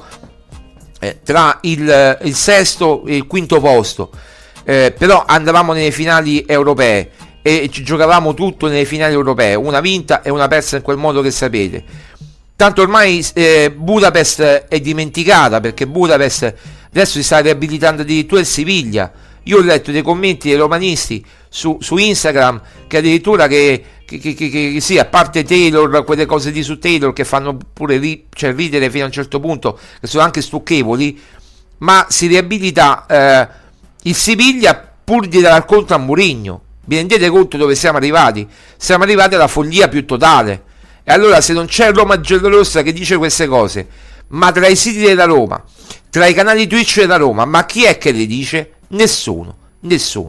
eh, tra il, il sesto e il quinto posto, eh, però andavamo nelle finali europee e ci giocavamo tutto nelle finali europee, una vinta e una persa in quel modo che sapete. Tanto ormai eh, Budapest è dimenticata, perché Budapest adesso si sta riabilitando addirittura il Siviglia. Io ho letto dei commenti dei romanisti su, su Instagram che addirittura che, che, che, che, che sì, a parte Taylor, quelle cose di su Taylor che fanno pure ri, cioè ridere fino a un certo punto, che sono anche stucchevoli, ma si riabilita eh, il Siviglia pur di dare conto a Mourinho. Vi rendete conto dove siamo arrivati? Siamo arrivati alla follia più totale. E allora, se non c'è Roma Giallorossa che dice queste cose, ma tra i siti della Roma, tra i canali Twitch della Roma, ma chi è che le dice? Nessuno, nessuno.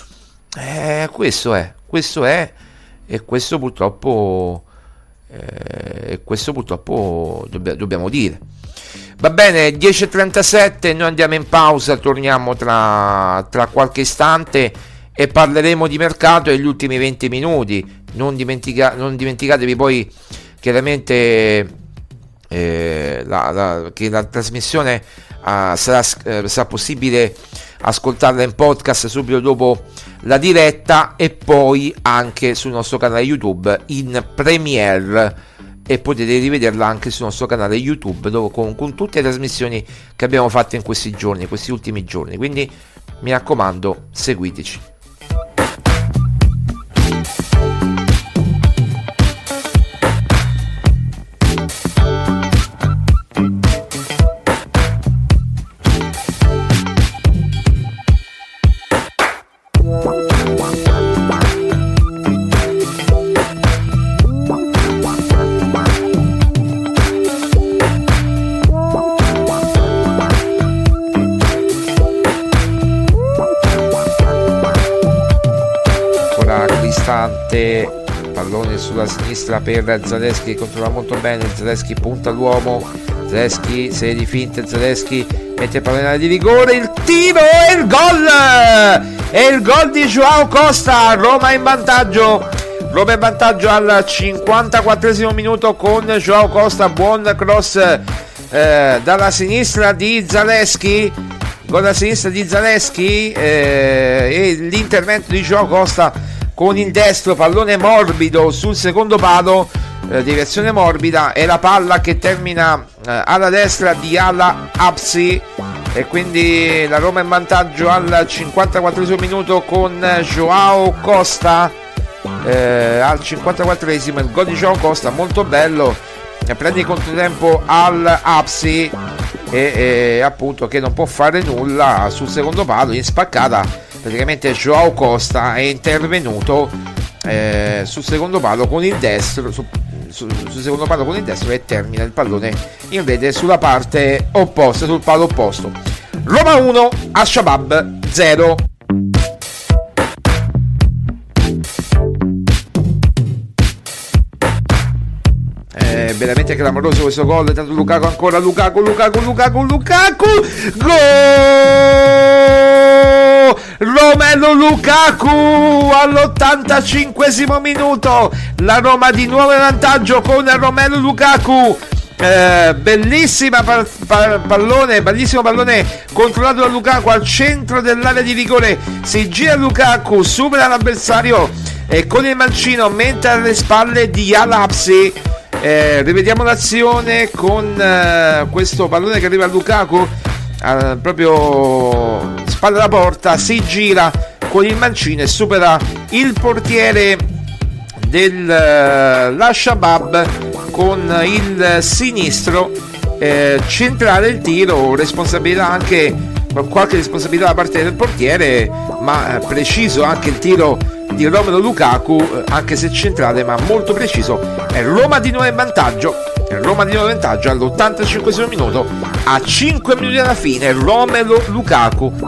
Eh, questo è, questo è, e questo purtroppo, eh, questo purtroppo dobb- dobbiamo dire. Va bene, dieci e trentasette, noi andiamo in pausa, torniamo tra, tra qualche istante e parleremo di mercato negli ultimi venti minuti. Non, dimentica, non dimenticatevi poi chiaramente eh, la, la, che la trasmissione uh, sarà, uh, sarà possibile ascoltarla in podcast subito dopo la diretta, e poi anche sul nostro canale YouTube in premiere e potete rivederla anche sul nostro canale YouTube, dove con, con tutte le trasmissioni che abbiamo fatto in questi giorni, questi ultimi giorni. Quindi mi raccomando, seguiteci. Pallone sulla sinistra per Zaleschi, controlla molto bene, Zaleschi punta l'uomo, Zaleschi serie di finte, Zaleschi mette il pallone di rigore, il tiro e il gol, e il gol di Joao Costa. Roma in vantaggio, Roma in vantaggio al cinquantaquattresimo minuto con Joao Costa, buon cross eh, dalla sinistra di Zaleschi, gol da sinistra di Zaleschi eh, e l'intervento di Joao Costa con il destro, pallone morbido sul secondo palo, eh, direzione morbida, e la palla che termina eh, alla destra di Ala Absi, e quindi la Roma in vantaggio al cinquantaquattresimo minuto con Joao Costa. Eh, al cinquantaquattresimo il gol di Joao Costa, molto bello, eh, prende il controtempo al Absi e eh, appunto che non può fare nulla sul secondo palo in spaccata. Praticamente Joao Costa è intervenuto eh, sul secondo palo con il destro, su, su, sul secondo palo con il destro, e termina il pallone in rete sulla parte opposta, sul palo opposto. Roma uno, Al-Shabaab zero. È veramente clamoroso questo gol. Tanto Lukaku ancora, Lukaku, Lukaku, Lukaku, Lukaku, gol! Romelu Lukaku all'ottantacinquesimo minuto, la Roma di nuovo in vantaggio con Romelu Lukaku. Eh, bellissima pa- pa- pallone, bellissimo pallone controllato da Lukaku al centro dell'area di rigore. Si gira Lukaku, supera l'avversario e con il mancino mette alle spalle di Al-Absi. Eh, rivediamo l'azione con eh, questo pallone che arriva a Lukaku, eh, proprio spalla alla porta, si gira con il mancino e supera il portiere dell'Al-Shabaab con il sinistro, eh, centrale il tiro, responsabilità anche, qualche responsabilità da parte del portiere, ma eh, preciso anche il tiro di Romelu Lukaku, eh, anche se centrale ma molto preciso. È Roma di nuovo in vantaggio, è Roma di nuovo in vantaggio all'ottantacinquesimo minuto, a cinque minuti alla fine Romelu Lukaku.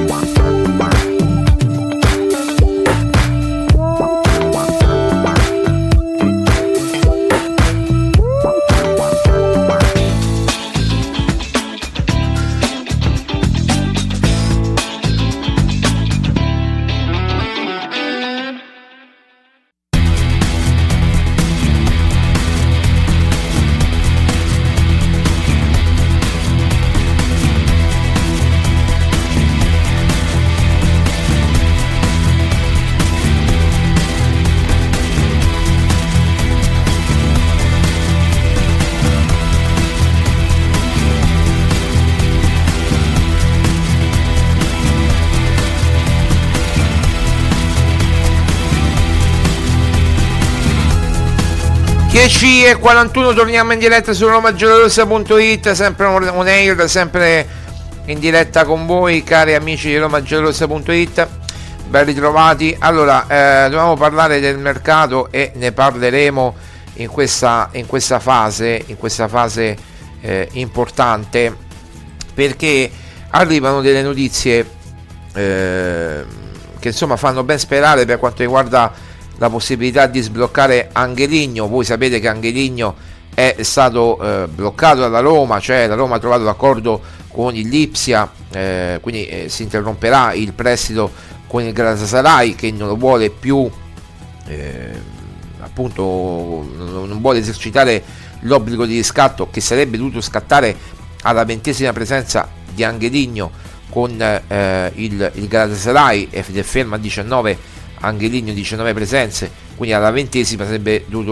dieci e quarantuno torniamo in diretta su roma giallorossa punto it, sempre on air, sempre in diretta con voi cari amici di roma giallorossa punto it, ben ritrovati. Allora, eh, dobbiamo parlare del mercato e ne parleremo in questa, in questa fase, in questa fase eh, importante, perché arrivano delle notizie eh, che insomma fanno ben sperare per quanto riguarda la possibilità di sbloccare Angeligno. Voi sapete che Angeligno è stato eh, bloccato dalla Roma, cioè la Roma ha trovato l'accordo con il Lipsia, eh, quindi eh, si interromperà il prestito con il Galatasaray, che non lo vuole più, eh, appunto non vuole esercitare l'obbligo di riscatto che sarebbe dovuto scattare alla ventesima presenza di Angeligno con eh, il, il Galatasaray, ed è fermo a diciannove, Angeligno diciannove presenze, quindi alla ventesima sarebbe dovuto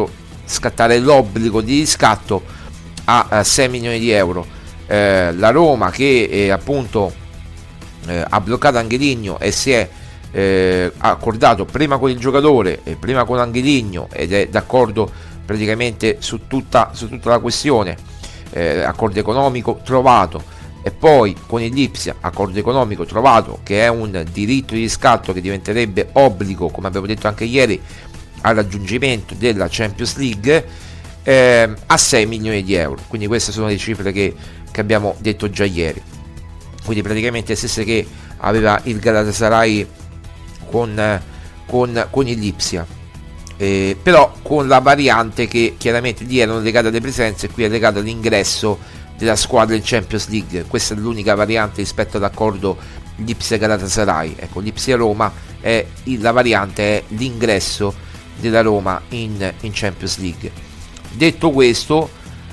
scattare l'obbligo di riscatto a, a sei milioni di euro. Eh, la Roma che eh, appunto eh, ha bloccato Angeligno e si è eh, accordato prima con il giocatore e prima con Angeligno ed è d'accordo praticamente su tutta, su tutta la questione, eh, accordo economico trovato, e poi con il Lipsia accordo economico trovato, che è un diritto di riscatto che diventerebbe obbligo, come abbiamo detto anche ieri, al raggiungimento della Champions League, eh, a sei milioni di euro. Quindi queste sono le cifre che, che abbiamo detto già ieri, quindi praticamente le stesse che aveva il Galatasaray con, con, con il Lipsia, eh, però con la variante che chiaramente lì erano legate alle presenze, qui è legato all'ingresso della squadra in Champions League. Questa è l'unica variante rispetto all'accordo Lipsia-Galatasaray. Ecco, Lipsia-Roma è la variante, è l'ingresso della Roma in, in Champions League. Detto questo,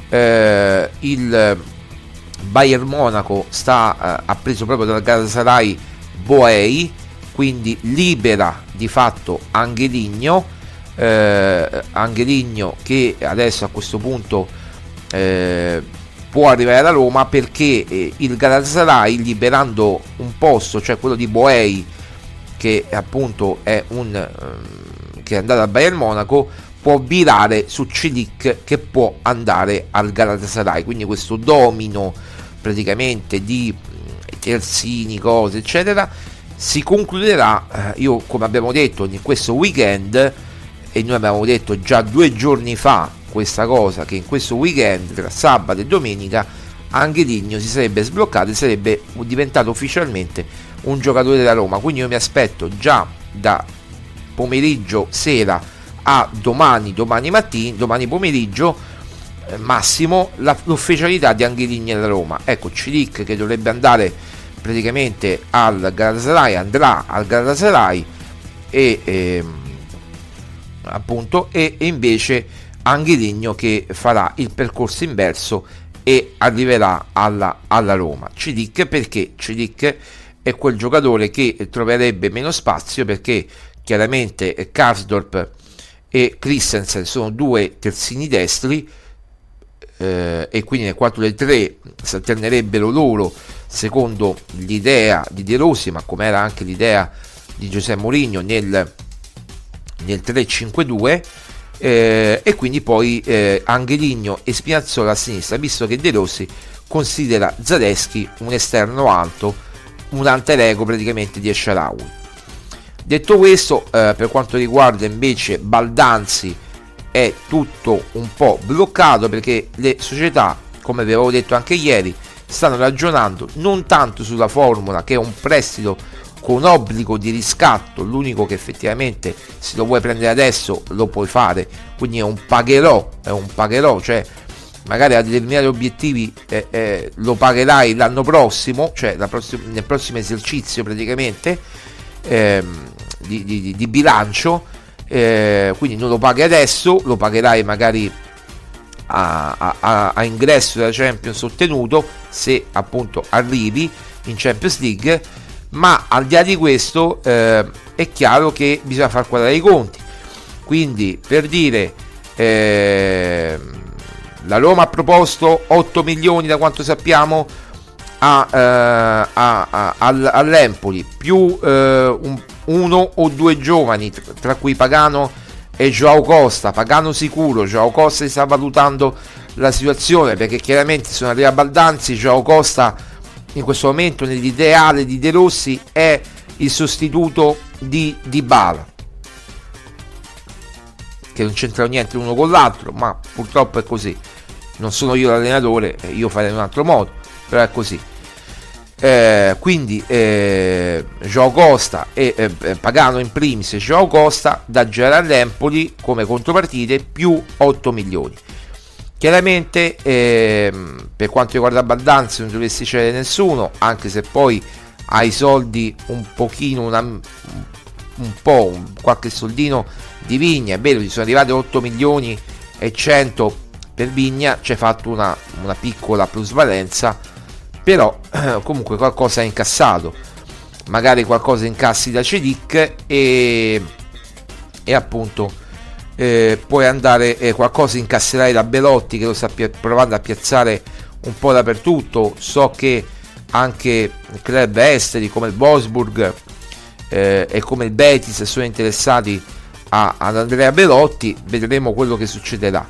eh, il Bayern Monaco sta, eh, ha preso proprio dal Galatasaray Boei, quindi libera di fatto Angeligno, eh, Angeligno che adesso a questo punto eh, può arrivare alla Roma, perché eh, il Galatasaray, liberando un posto, cioè quello di Boei, che appunto è un um, che è andato al Bayern Monaco, può virare su Celik, che può andare al Galatasaray. Quindi questo domino praticamente di terzini, cose eccetera si concluderà, eh, io come abbiamo detto, in questo weekend, e noi abbiamo detto già due giorni fa questa cosa, che in questo weekend tra sabato e domenica Angeligno si sarebbe sbloccato e sarebbe diventato ufficialmente un giocatore della Roma. Quindi io mi aspetto già da pomeriggio, sera a domani, domani mattina, domani pomeriggio eh, massimo, la, l'ufficialità di Angeligno della Roma. Ecco, Celik che dovrebbe andare praticamente al Galatasaray andrà al Galatasaray e eh, appunto e, e invece Angeligno che farà il percorso inverso e arriverà alla, alla Roma. Celik, perché Celik è quel giocatore che troverebbe meno spazio, perché chiaramente Karsdorp e Christensen sono due terzini destri, eh, e quindi nel quattro tre tre si alternerebbero loro secondo l'idea di De Rossi, ma come era anche l'idea di Giuseppe Mourinho nel, nel tre cinque due. Eh, e quindi poi eh, Angeligno e Spinazzola a sinistra, visto che De Rossi considera Zalewski un esterno alto, un alter ego praticamente di Esharawi. Detto questo, eh, per quanto riguarda invece Baldanzi è tutto un po' bloccato, perché le società, come vi avevo detto anche ieri, stanno ragionando non tanto sulla formula, che è un prestito con obbligo di riscatto, l'unico che effettivamente se lo vuoi prendere adesso lo puoi fare, quindi è un pagherò, è un pagherò, cioè magari a determinati obiettivi eh, eh, lo pagherai l'anno prossimo, cioè la prossima, nel prossimo esercizio praticamente ehm, di, di, di bilancio, eh, quindi non lo paghi adesso, lo pagherai magari a, a, a, a ingresso della Champions ottenuto, se appunto arrivi in Champions League. Ma al di là di questo eh, è chiaro che bisogna far quadrare i conti, quindi per dire eh, la Roma ha proposto otto milioni da quanto sappiamo a, eh, a, a, all'Empoli, più eh, un, uno o due giovani, tra cui Pagano e Joao Costa. Pagano sicuro, Joao Costa si sta valutando la situazione, perché chiaramente sono arrivati a Baldanzi. Joao Costa in questo momento nell'ideale di De Rossi è il sostituto di Dybala, che non c'entra niente l'uno con l'altro, ma purtroppo è così. Non sono io l'allenatore, io farei in un altro modo, però è così. Eh, quindi eh, Joao Costa e eh, Pagano in primis, Joao Costa da girare all'Empoli come contropartite più otto milioni. Chiaramente ehm, per quanto riguarda Baldanzi non dovresti cedere nessuno, anche se poi hai soldi un pochino, una, un po', un, qualche soldino di Vigna. È vero, ti sono arrivati otto milioni e cento per Vigna, ci hai fatto una, una piccola plusvalenza, però eh, comunque qualcosa hai incassato, magari qualcosa incassi da Celik e, e appunto eh, puoi andare eh, qualcosa incasserai da Belotti, che lo sta pi- provando a piazzare un po' dappertutto. So che anche club esteri come il Wolfsburg eh, e come il Betis sono interessati a, ad Andrea Belotti. Vedremo quello che succederà.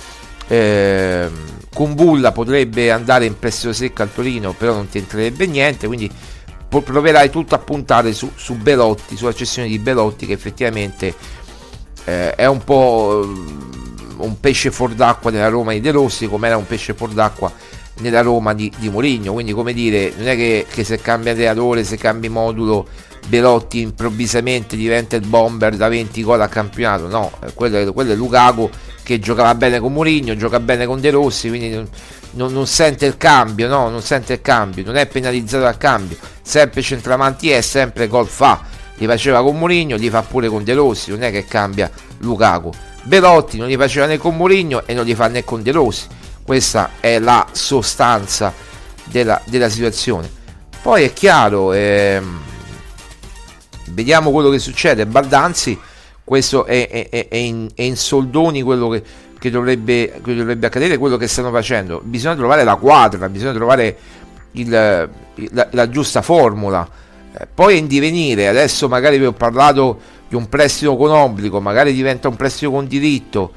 eh, Kumbulla potrebbe andare in prestito secco al Torino, però non ti entrerebbe niente, quindi proverai tutto a puntare su, su Belotti, sulla cessione di Belotti, che effettivamente eh, è un po' un pesce fuor d'acqua nella Roma di De Rossi, come era un pesce fuor d'acqua nella Roma di, di Mourinho. Quindi, come dire, non è che, che se cambia allenatore, se cambi modulo, Belotti improvvisamente diventa il bomber da venti gol a campionato. No, quello è, quello è Lukaku, che giocava bene con Mourinho, gioca bene con De Rossi, quindi non, non, non sente il cambio, no, non sente il cambio, non è penalizzato dal cambio, sempre centravanti è, sempre gol fa, li faceva con Mourinho, li fa pure con De Rossi, non è che cambia Lukaku. Belotti non li faceva né con Mourinho e non li fa né con De Rossi, questa è la sostanza della, della situazione. Poi è chiaro, ehm, vediamo quello che succede. Baldanzi, questo è, è, è, in, è in soldoni quello che, che, dovrebbe, che dovrebbe accadere, quello che stanno facendo. Bisogna trovare la quadra, bisogna trovare il, la, la giusta formula. Eh, poi in divenire, adesso magari vi ho parlato di un prestito con obbligo, magari diventa un prestito con diritto,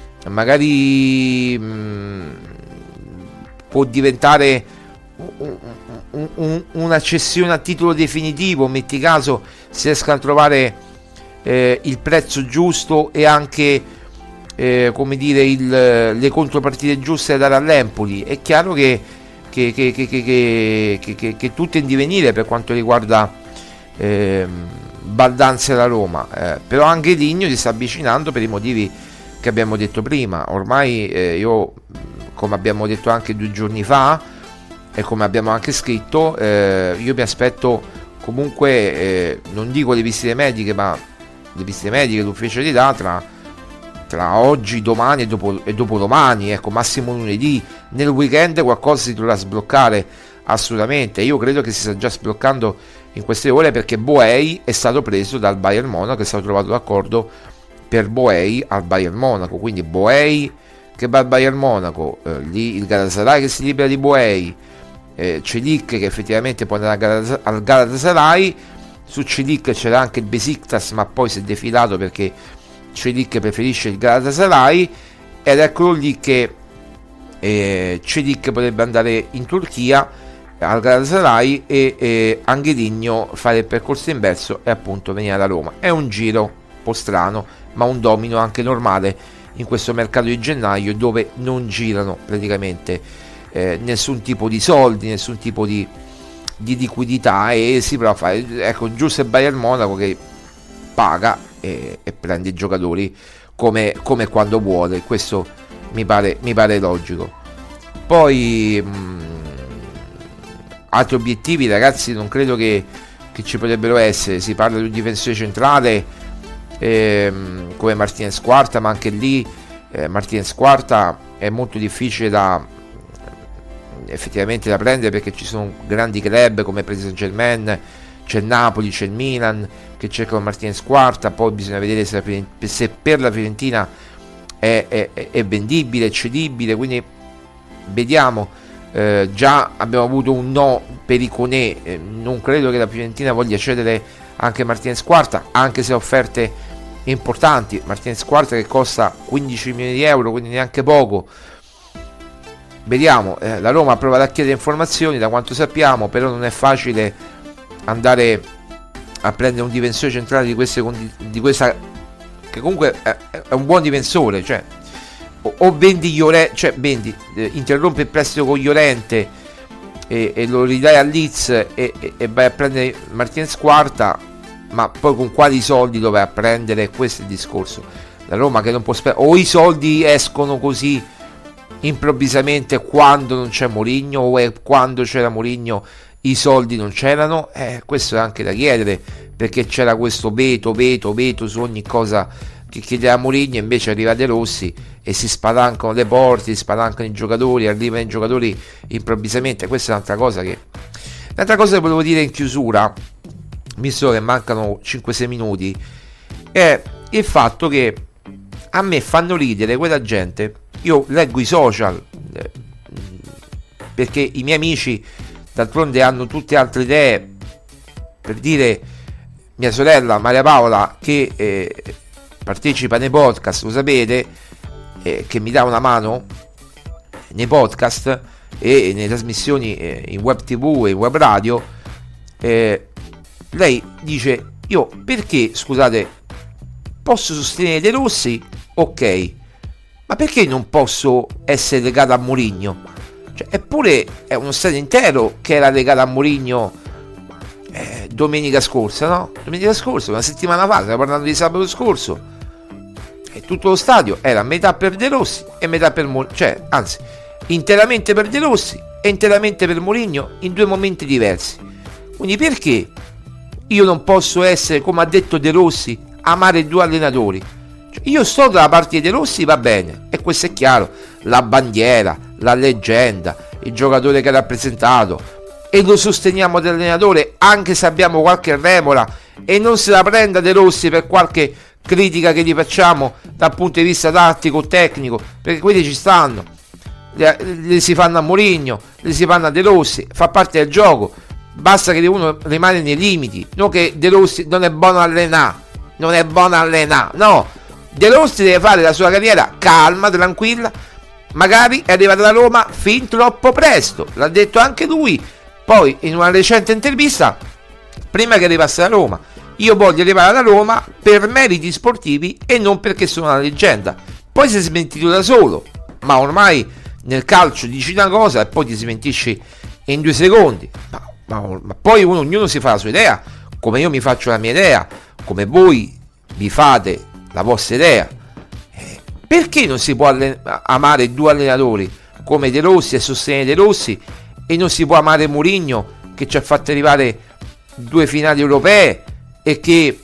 magari mh, può diventare un, un, un, una cessione a titolo definitivo, metti caso si riesca a trovare Eh, il prezzo giusto e anche eh, come dire il, le contropartite giuste da dare all'Empoli. È chiaro che che, che, che, che, che, che, che tutto è in divenire per quanto riguarda eh, Baldanzi alla Roma, eh, però anche Ligno si sta avvicinando per i motivi che abbiamo detto prima. Ormai eh, io, come abbiamo detto anche due giorni fa e come abbiamo anche scritto, eh, io mi aspetto comunque eh, non dico le visite mediche, ma le visite mediche, l'ufficialità tra, tra oggi, domani e, dopo, e dopodomani, ecco, massimo lunedì. Nel weekend qualcosa si dovrà sbloccare assolutamente. Io credo che si sta già sbloccando in queste ore, perché Boei è stato preso dal Bayern Monaco, è stato trovato d'accordo per Boei al Bayern Monaco, quindi Boei che va al Bayern Monaco, eh, lì il Galatasaray che si libera di Boei, eh, Celik che effettivamente può andare al Galatasaray. Su Celik c'era anche il Besiktas, ma poi si è defilato perché Celik preferisce il Galatasaray, ed eccolo lì che eh, Celik potrebbe andare in Turchia al Galatasaray e eh, Angeligno fare il percorso inverso e appunto venire da Roma. È un giro un po' strano, ma un domino anche normale in questo mercato di gennaio, dove non girano praticamente eh, nessun tipo di soldi, nessun tipo di di liquidità, e si prova a fare, ecco, giusto il Bayern Monaco che paga e, e prende i giocatori come, come quando vuole. Questo mi pare, mi pare logico. Poi mh, altri obiettivi, ragazzi, non credo che, che ci potrebbero essere. Si parla di un difensore centrale ehm, come Martinez Quarta, ma anche lì eh, Martinez Quarta è molto difficile da effettivamente da prendere, perché ci sono grandi club come Paris Saint-Germain, c'è il Napoli, c'è il Milan che cercano Martinez Quarta. Poi bisogna vedere se, la, se per la Fiorentina è, è, è vendibile, è cedibile, quindi vediamo. Eh, già abbiamo avuto un no per Iconè, eh, non credo che la Fiorentina voglia cedere anche Martinez Quarta, anche se offerte importanti. Martinez Quarta che costa quindici milioni di euro, quindi neanche poco. Vediamo, eh, la Roma ha provato a chiedere informazioni, da quanto sappiamo, però non è facile andare a prendere un difensore centrale di queste di questa che comunque è, è un buon difensore, cioè o, o vendi Llorente, cioè vendi eh, interrompi il prestito con Llorente e, e lo ridai a Leeds e, e, e vai a prendere Martinez Quarta, ma poi con quali soldi lo vai a prendere? Questo è il discorso. La Roma che non può sperare, o i soldi escono così improvvisamente quando non c'è Mourinho, o è quando c'era Mourinho i soldi non c'erano. Eh, questo è anche da chiedere, perché c'era questo veto, veto, veto su ogni cosa che chiedeva Mourinho, invece arriva De Rossi e si spalancano le porte, si spalancano i giocatori, arrivano i giocatori improvvisamente. Questa è un'altra cosa che un'altra cosa che volevo dire in chiusura, visto che mancano cinque sei minuti, è il fatto che a me fanno ridere quella gente. Io leggo i social eh, perché i miei amici d'altronde hanno tutte altre idee. Per dire, mia sorella Maria Paola, che eh, partecipa nei podcast, lo sapete, eh, che mi dà una mano nei podcast e nelle trasmissioni eh, in web tv e in web radio, eh, lei dice: io perché, scusate, posso sostenere De Rossi, ok, ma perché non posso essere legato a Mourinho? Cioè, eppure è uno stadio intero che era legato a Mourinho eh, domenica scorsa, no? Domenica scorsa, una settimana fa, stiamo parlando di sabato scorso, e tutto lo stadio era metà per De Rossi e metà per Mourinho, cioè, anzi, interamente per De Rossi e interamente per Mourinho in due momenti diversi. Quindi perché io non posso essere, come ha detto De Rossi, amare due allenatori? Cioè, io sto dalla parte di De Rossi, va bene, e questo è chiaro, la bandiera, la leggenda, il giocatore che ha rappresentato, e lo sosteniamo dell'allenatore anche se abbiamo qualche remora, e non se la prenda De Rossi per qualche critica che gli facciamo dal punto di vista tattico tecnico, perché quelli ci stanno, le, le si fanno a Mourinho, le si fanno a De Rossi, fa parte del gioco, basta che uno rimane nei limiti, non che De Rossi non è buono a allenare, non è buono a allenare, no, De Rossi deve fare la sua carriera calma, tranquilla. Magari è arrivato alla Roma fin troppo presto, l'ha detto anche lui poi in una recente intervista, prima che arrivasse alla Roma: io voglio arrivare alla Roma per meriti sportivi e non perché sono una leggenda. Poi si è smentito da solo, ma ormai nel calcio dici una cosa e poi ti smentisci in due secondi, ma, ma, ma poi uno, ognuno si fa la sua idea, come io mi faccio la mia idea, come voi vi fate la vostra idea. Perché non si può allen- amare due allenatori come De Rossi e sostenere De Rossi, e non si può amare Mourinho, che ci ha fatto arrivare due finali europee e che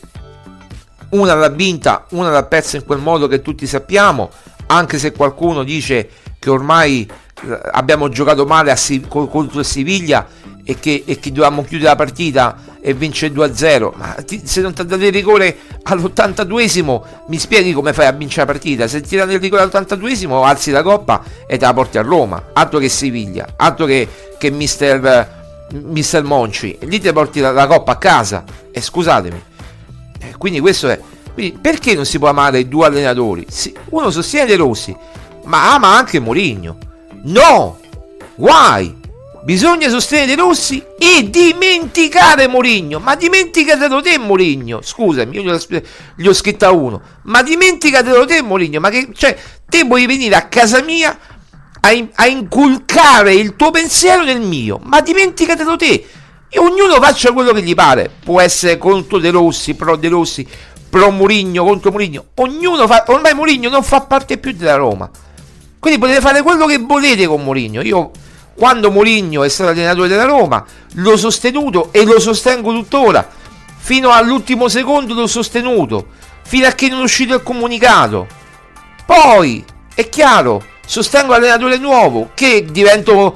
una l'ha vinta, una l'ha persa in quel modo che tutti sappiamo, anche se qualcuno dice che ormai abbiamo giocato male a si- contro il Siviglia e che, e che dovevamo chiudere la partita e vincere due a zero. Ma ti, se non ti date il rigore all'ottantaduesimo, mi spieghi come fai a vincere la partita? Se ti danno il rigore all'ottantaduesimo, alzi la coppa e te la porti a Roma, altro che Siviglia, altro che, che mister, mister Monci, lì ti porti la, la coppa a casa. E scusatemi, eh, quindi questo è, quindi perché non si può amare due allenatori? Sì, uno sostiene De Rossi, ma ama anche Mourinho. No, why? Bisogna sostenere De Rossi e dimenticare Mourinho. Ma dimenticatelo te Mourinho, scusami, io gli ho scritto a uno, ma dimenticatelo te Mourinho. Ma che, cioè, te vuoi venire a casa mia a, in, a inculcare il tuo pensiero nel mio? Ma dimenticatelo te. E ognuno faccia quello che gli pare. Può essere contro De Rossi, pro De Rossi, pro Mourinho, contro Mourinho. Ognuno fa, ormai Mourinho non fa parte più della Roma, quindi potete fare quello che volete con Mourinho. Io, quando Mourinho è stato allenatore della Roma, l'ho sostenuto e lo sostengo tuttora. Fino all'ultimo secondo l'ho sostenuto, fino a che non è uscito il comunicato. Poi, è chiaro, sostengo l'allenatore nuovo, che divento,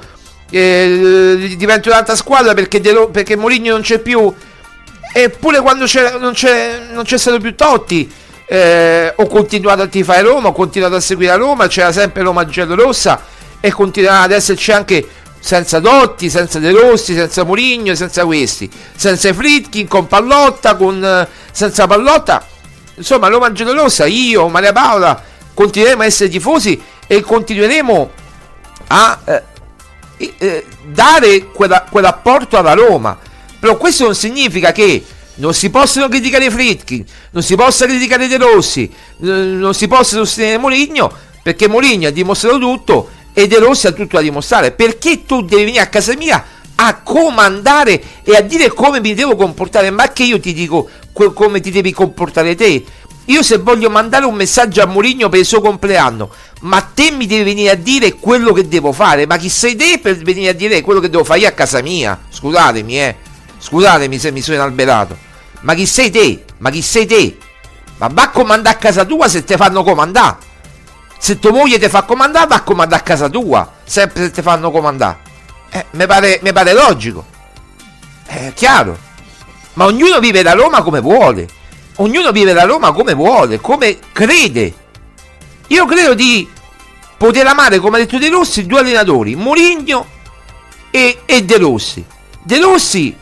eh, divento un'altra squadra perché, De, perché Mourinho non c'è più. Eppure quando c'è, non, c'è, non c'è stato più Totti, eh, ho continuato a tifare Roma, ho continuato a seguire la Roma, c'era sempre Roma giallorossa, e continuerà ad esserci anche senza Totti, senza De Rossi, senza Mourinho, senza questi, senza Friedkin, con Pallotta, con, senza Pallotta. Insomma, Roma giallorossa, io, Maria Paola, continueremo a essere tifosi e continueremo a eh, eh, dare quella, quell'apporto alla Roma. Però questo non significa che non si possono criticare Friedkin, non si possa criticare De Rossi, non si possa sostenere Mourinho, perché Mourinho ha dimostrato tutto e De Rossi ha tutto da dimostrare. Perché tu devi venire a casa mia a comandare e a dire come mi devo comportare? Ma che io ti dico co- come ti devi comportare te? Io se voglio mandare un messaggio a Mourinho per il suo compleanno, ma te mi devi venire a dire quello che devo fare? Ma chi sei te per venire a dire quello che devo fare io a casa mia? Scusatemi, eh Scusatemi se mi sono inalberato. Ma chi sei te? Ma chi sei te? Ma va a comandare a casa tua se te fanno comandare. Se tua moglie ti fa comandare, va a comandare a casa tua, sempre se ti fanno comandare. Eh, mi pare, mi pare logico. È chiaro. Ma ognuno vive da Roma come vuole. Ognuno vive da Roma come vuole, come crede. io credo di poter amare, come ha detto De Rossi, due allenatori, Mourinho e, e De Rossi. De Rossi,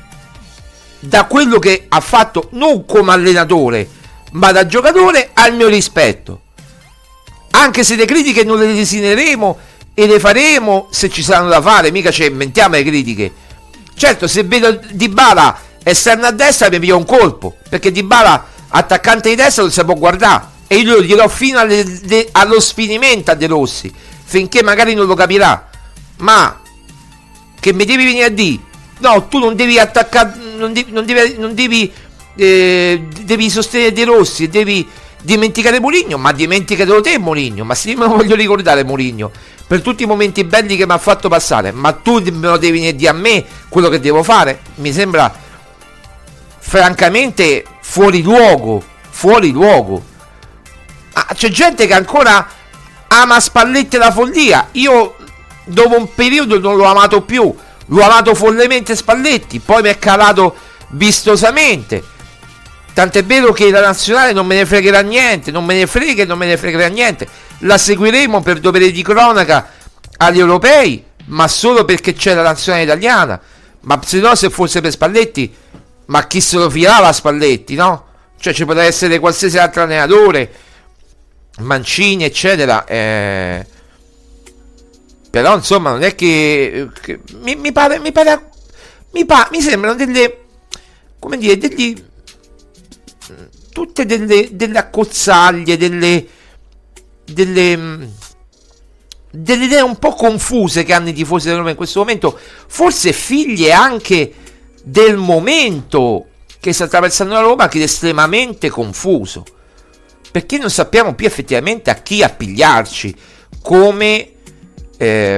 da quello che ha fatto non come allenatore ma da giocatore, ha il mio rispetto, anche se le critiche non le desidereremo e le faremo se ci saranno da fare, mica ci inventiamo le critiche. Certo, se vedo Dybala esterno a destra mi piglia un colpo, perché Dybala attaccante di destra non si può guardare, e io lo dirò fino alle, de, allo sfinimento a De Rossi, finché magari non lo capirà. Ma che mi devi venire a dire no, tu non devi attaccare, non devi, non devi, non devi, eh, devi sostenere De Rossi, devi dimenticare Mourinho, ma dimenticatelo te Mourinho, ma se io me lo voglio ricordare Mourinho per tutti i momenti belli che mi ha fatto passare, ma tu me lo devi venire a dire a me quello che devo fare? Mi sembra francamente fuori luogo, fuori luogo. Ah, c'è gente che ancora ama Spalletti la follia. Io dopo un periodo non l'ho amato più, l'ho amato follemente Spalletti, poi mi è calato vistosamente, tant'è vero che la nazionale non me ne fregherà niente, non me ne frega e non me ne fregherà niente, la seguiremo per dovere di cronaca agli europei, ma solo perché c'è la nazionale italiana. Ma se no, se fosse per Spalletti, ma chi se lo filava Spalletti, no? Cioè ci potrebbe essere qualsiasi altro allenatore, Mancini eccetera, eh... però insomma non è che, che mi, mi pare mi pare mi, pa, mi sembrano delle, come dire, degli tutte delle, delle accozzaglie, delle delle delle idee un po' confuse che hanno i tifosi della Roma in questo momento, forse figlie anche del momento che sta attraversando la Roma, che è estremamente confuso, perché non sappiamo più effettivamente a chi appigliarci come eh,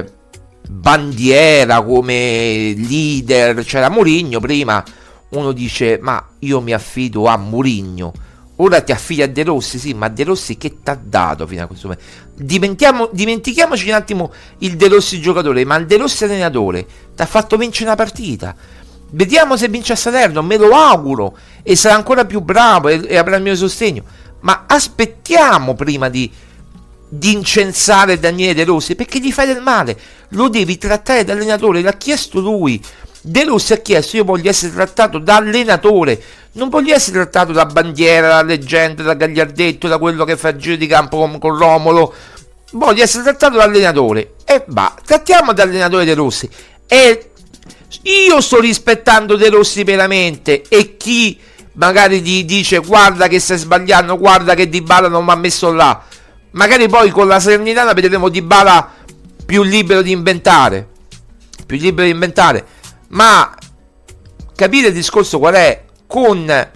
bandiera, come leader. C'era Mourinho prima, uno dice ma io mi affido a Mourinho, ora ti affidi a De Rossi, sì, ma De Rossi che t'ha dato fino a questo momento? Dimentichiamo, dimentichiamoci un attimo il De Rossi giocatore, ma il De Rossi allenatore t'ha fatto vincere una partita. Vediamo se vince a Salerno, me lo auguro, e sarà ancora più bravo e, e avrà il mio sostegno, ma aspettiamo prima di, di incensare Daniele De Rossi, perché gli fai del male, lo devi trattare da allenatore, l'ha chiesto lui. De Rossi ha chiesto: io voglio essere trattato da allenatore, non voglio essere trattato da bandiera, da leggenda, da gagliardetto, da quello che fa il giro di campo con, con Romolo, voglio essere trattato da allenatore. E va, trattiamo da allenatore De Rossi, e io sto rispettando De Rossi veramente, e chi magari gli dice guarda che stai sbagliando, guarda che Dybala non mi ha messo là, magari poi con la Salernitana vedremo Dybala più libero di inventare, più libero di inventare. Ma capire il discorso qual è? Con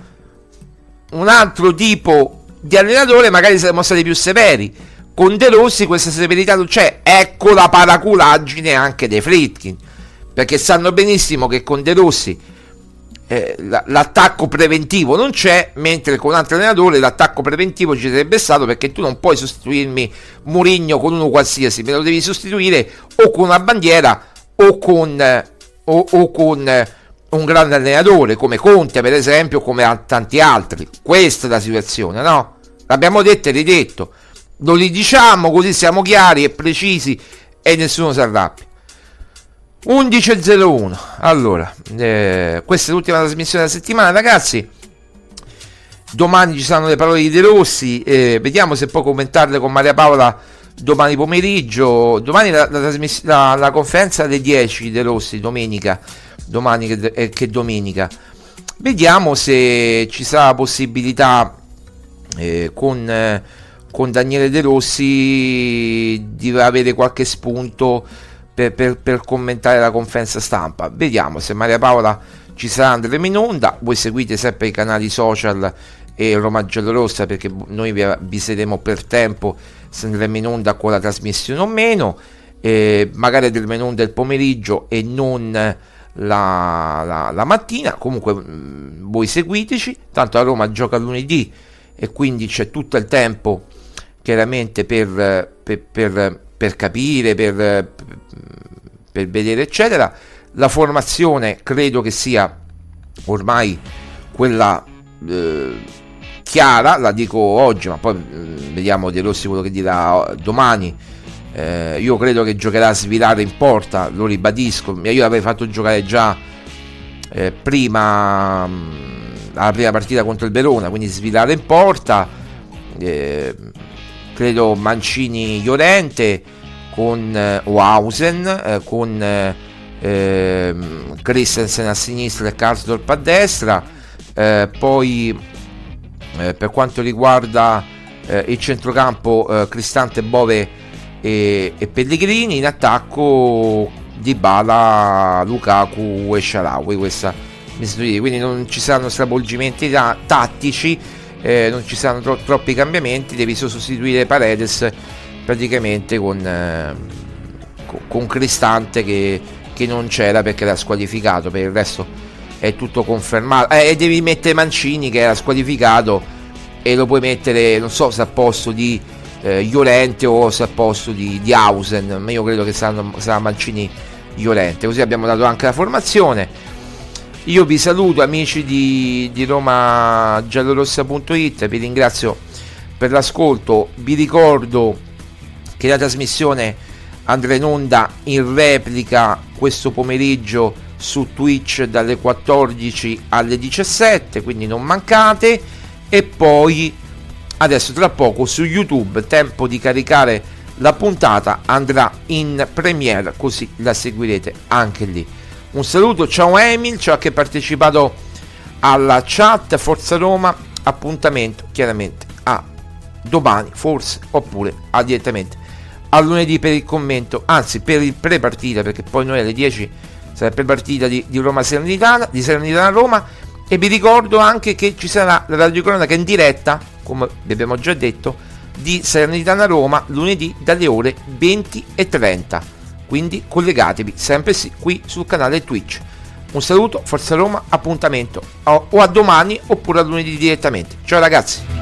un altro tipo di allenatore magari saremmo stati più severi, con De Rossi questa severità non c'è. Ecco la paraculaggine anche dei Friedkin, perché sanno benissimo che con De Rossi eh, l'attacco preventivo non c'è, mentre con un altro allenatore l'attacco preventivo ci sarebbe stato, perché tu non puoi sostituirmi Mourinho con uno qualsiasi, me lo devi sostituire o con una bandiera o con o, o con un grande allenatore come Conte per esempio, come a tanti altri. Questa è la situazione, no? L'abbiamo detto e ridetto, lo ridiciamo così siamo chiari e precisi e nessuno si arrabbia. undici e zero uno. Allora, eh, questa è l'ultima trasmissione della settimana, ragazzi. Domani ci saranno le parole di De Rossi, eh, vediamo se può commentarle con Maria Paola domani pomeriggio. Domani la, la, la, la conferenza alle dieci di De Rossi, domenica, domani che, eh, che domenica. Vediamo se ci sarà la possibilità eh, con, eh, con Daniele De Rossi di avere qualche spunto per, per, per commentare la conferenza stampa. Vediamo se Maria Paola ci sarà, andremo in onda. Voi seguite sempre i canali social e Roma Giallorossa, perché noi vi avviseremo per tempo se andremo in onda con la trasmissione o meno, eh, magari andremo in onda il pomeriggio e non la, la, la mattina. Comunque mh, voi seguiteci, tanto la Roma gioca lunedì e quindi c'è tutto il tempo chiaramente per, per, per, per capire, per, per vedere eccetera. La formazione credo che sia ormai quella eh, chiara, la dico oggi, ma poi mh, vediamo De Rossi quello che dirà domani. Eh, io credo che giocherà a svirare in porta, lo ribadisco. Io l'avrei fatto giocare già eh, prima mh, alla prima partita contro il Verona, quindi svirare in porta. Eh, credo Mancini Llorente con eh, Wausen, eh, con eh, eh, Christensen a sinistra e Karsdorp a destra. Eh, poi eh, per quanto riguarda eh, il centrocampo, eh, Cristante, Bove e, e Pellegrini. In attacco Dybala, Lukaku e Shaarawy. Questa mi sento dire, quindi non ci saranno stravolgimenti ta- tattici, eh, non ci saranno tro- troppi cambiamenti. Devi sostituire Paredes praticamente con, eh, con, con Cristante che, che non c'era perché era squalificato. Per il resto è tutto confermato, eh, e devi mettere Mancini che era squalificato e lo puoi mettere, non so se al posto di eh, Llorente o se al posto di, di Hausen, ma io credo che saranno, sarà Mancini Llorente. Così abbiamo dato anche la formazione. Io vi saluto amici di, di Roma Giallorossa punto it, vi ringrazio per l'ascolto, vi ricordo che la trasmissione andrà in onda in replica questo pomeriggio su Twitch dalle quattordici alle diciassette, quindi non mancate, e poi adesso tra poco su YouTube, tempo di caricare la puntata, andrà in premiere, così la seguirete anche lì. Un saluto, ciao Emil, ciao a chi ha partecipato alla chat, Forza Roma, appuntamento chiaramente a domani forse, oppure a direttamente a lunedì per il commento, anzi per il pre-partita, perché poi noi alle dieci sarà pre-partita di, di Roma Salernitana, di Salernitana Roma. E vi ricordo anche che ci sarà la radiocronaca in diretta, come vi abbiamo già detto, di Salernitana Roma lunedì dalle ore venti e trenta, quindi collegatevi sempre sì, qui sul canale Twitch. Un saluto, Forza Roma, appuntamento o a domani oppure a lunedì direttamente. Ciao ragazzi.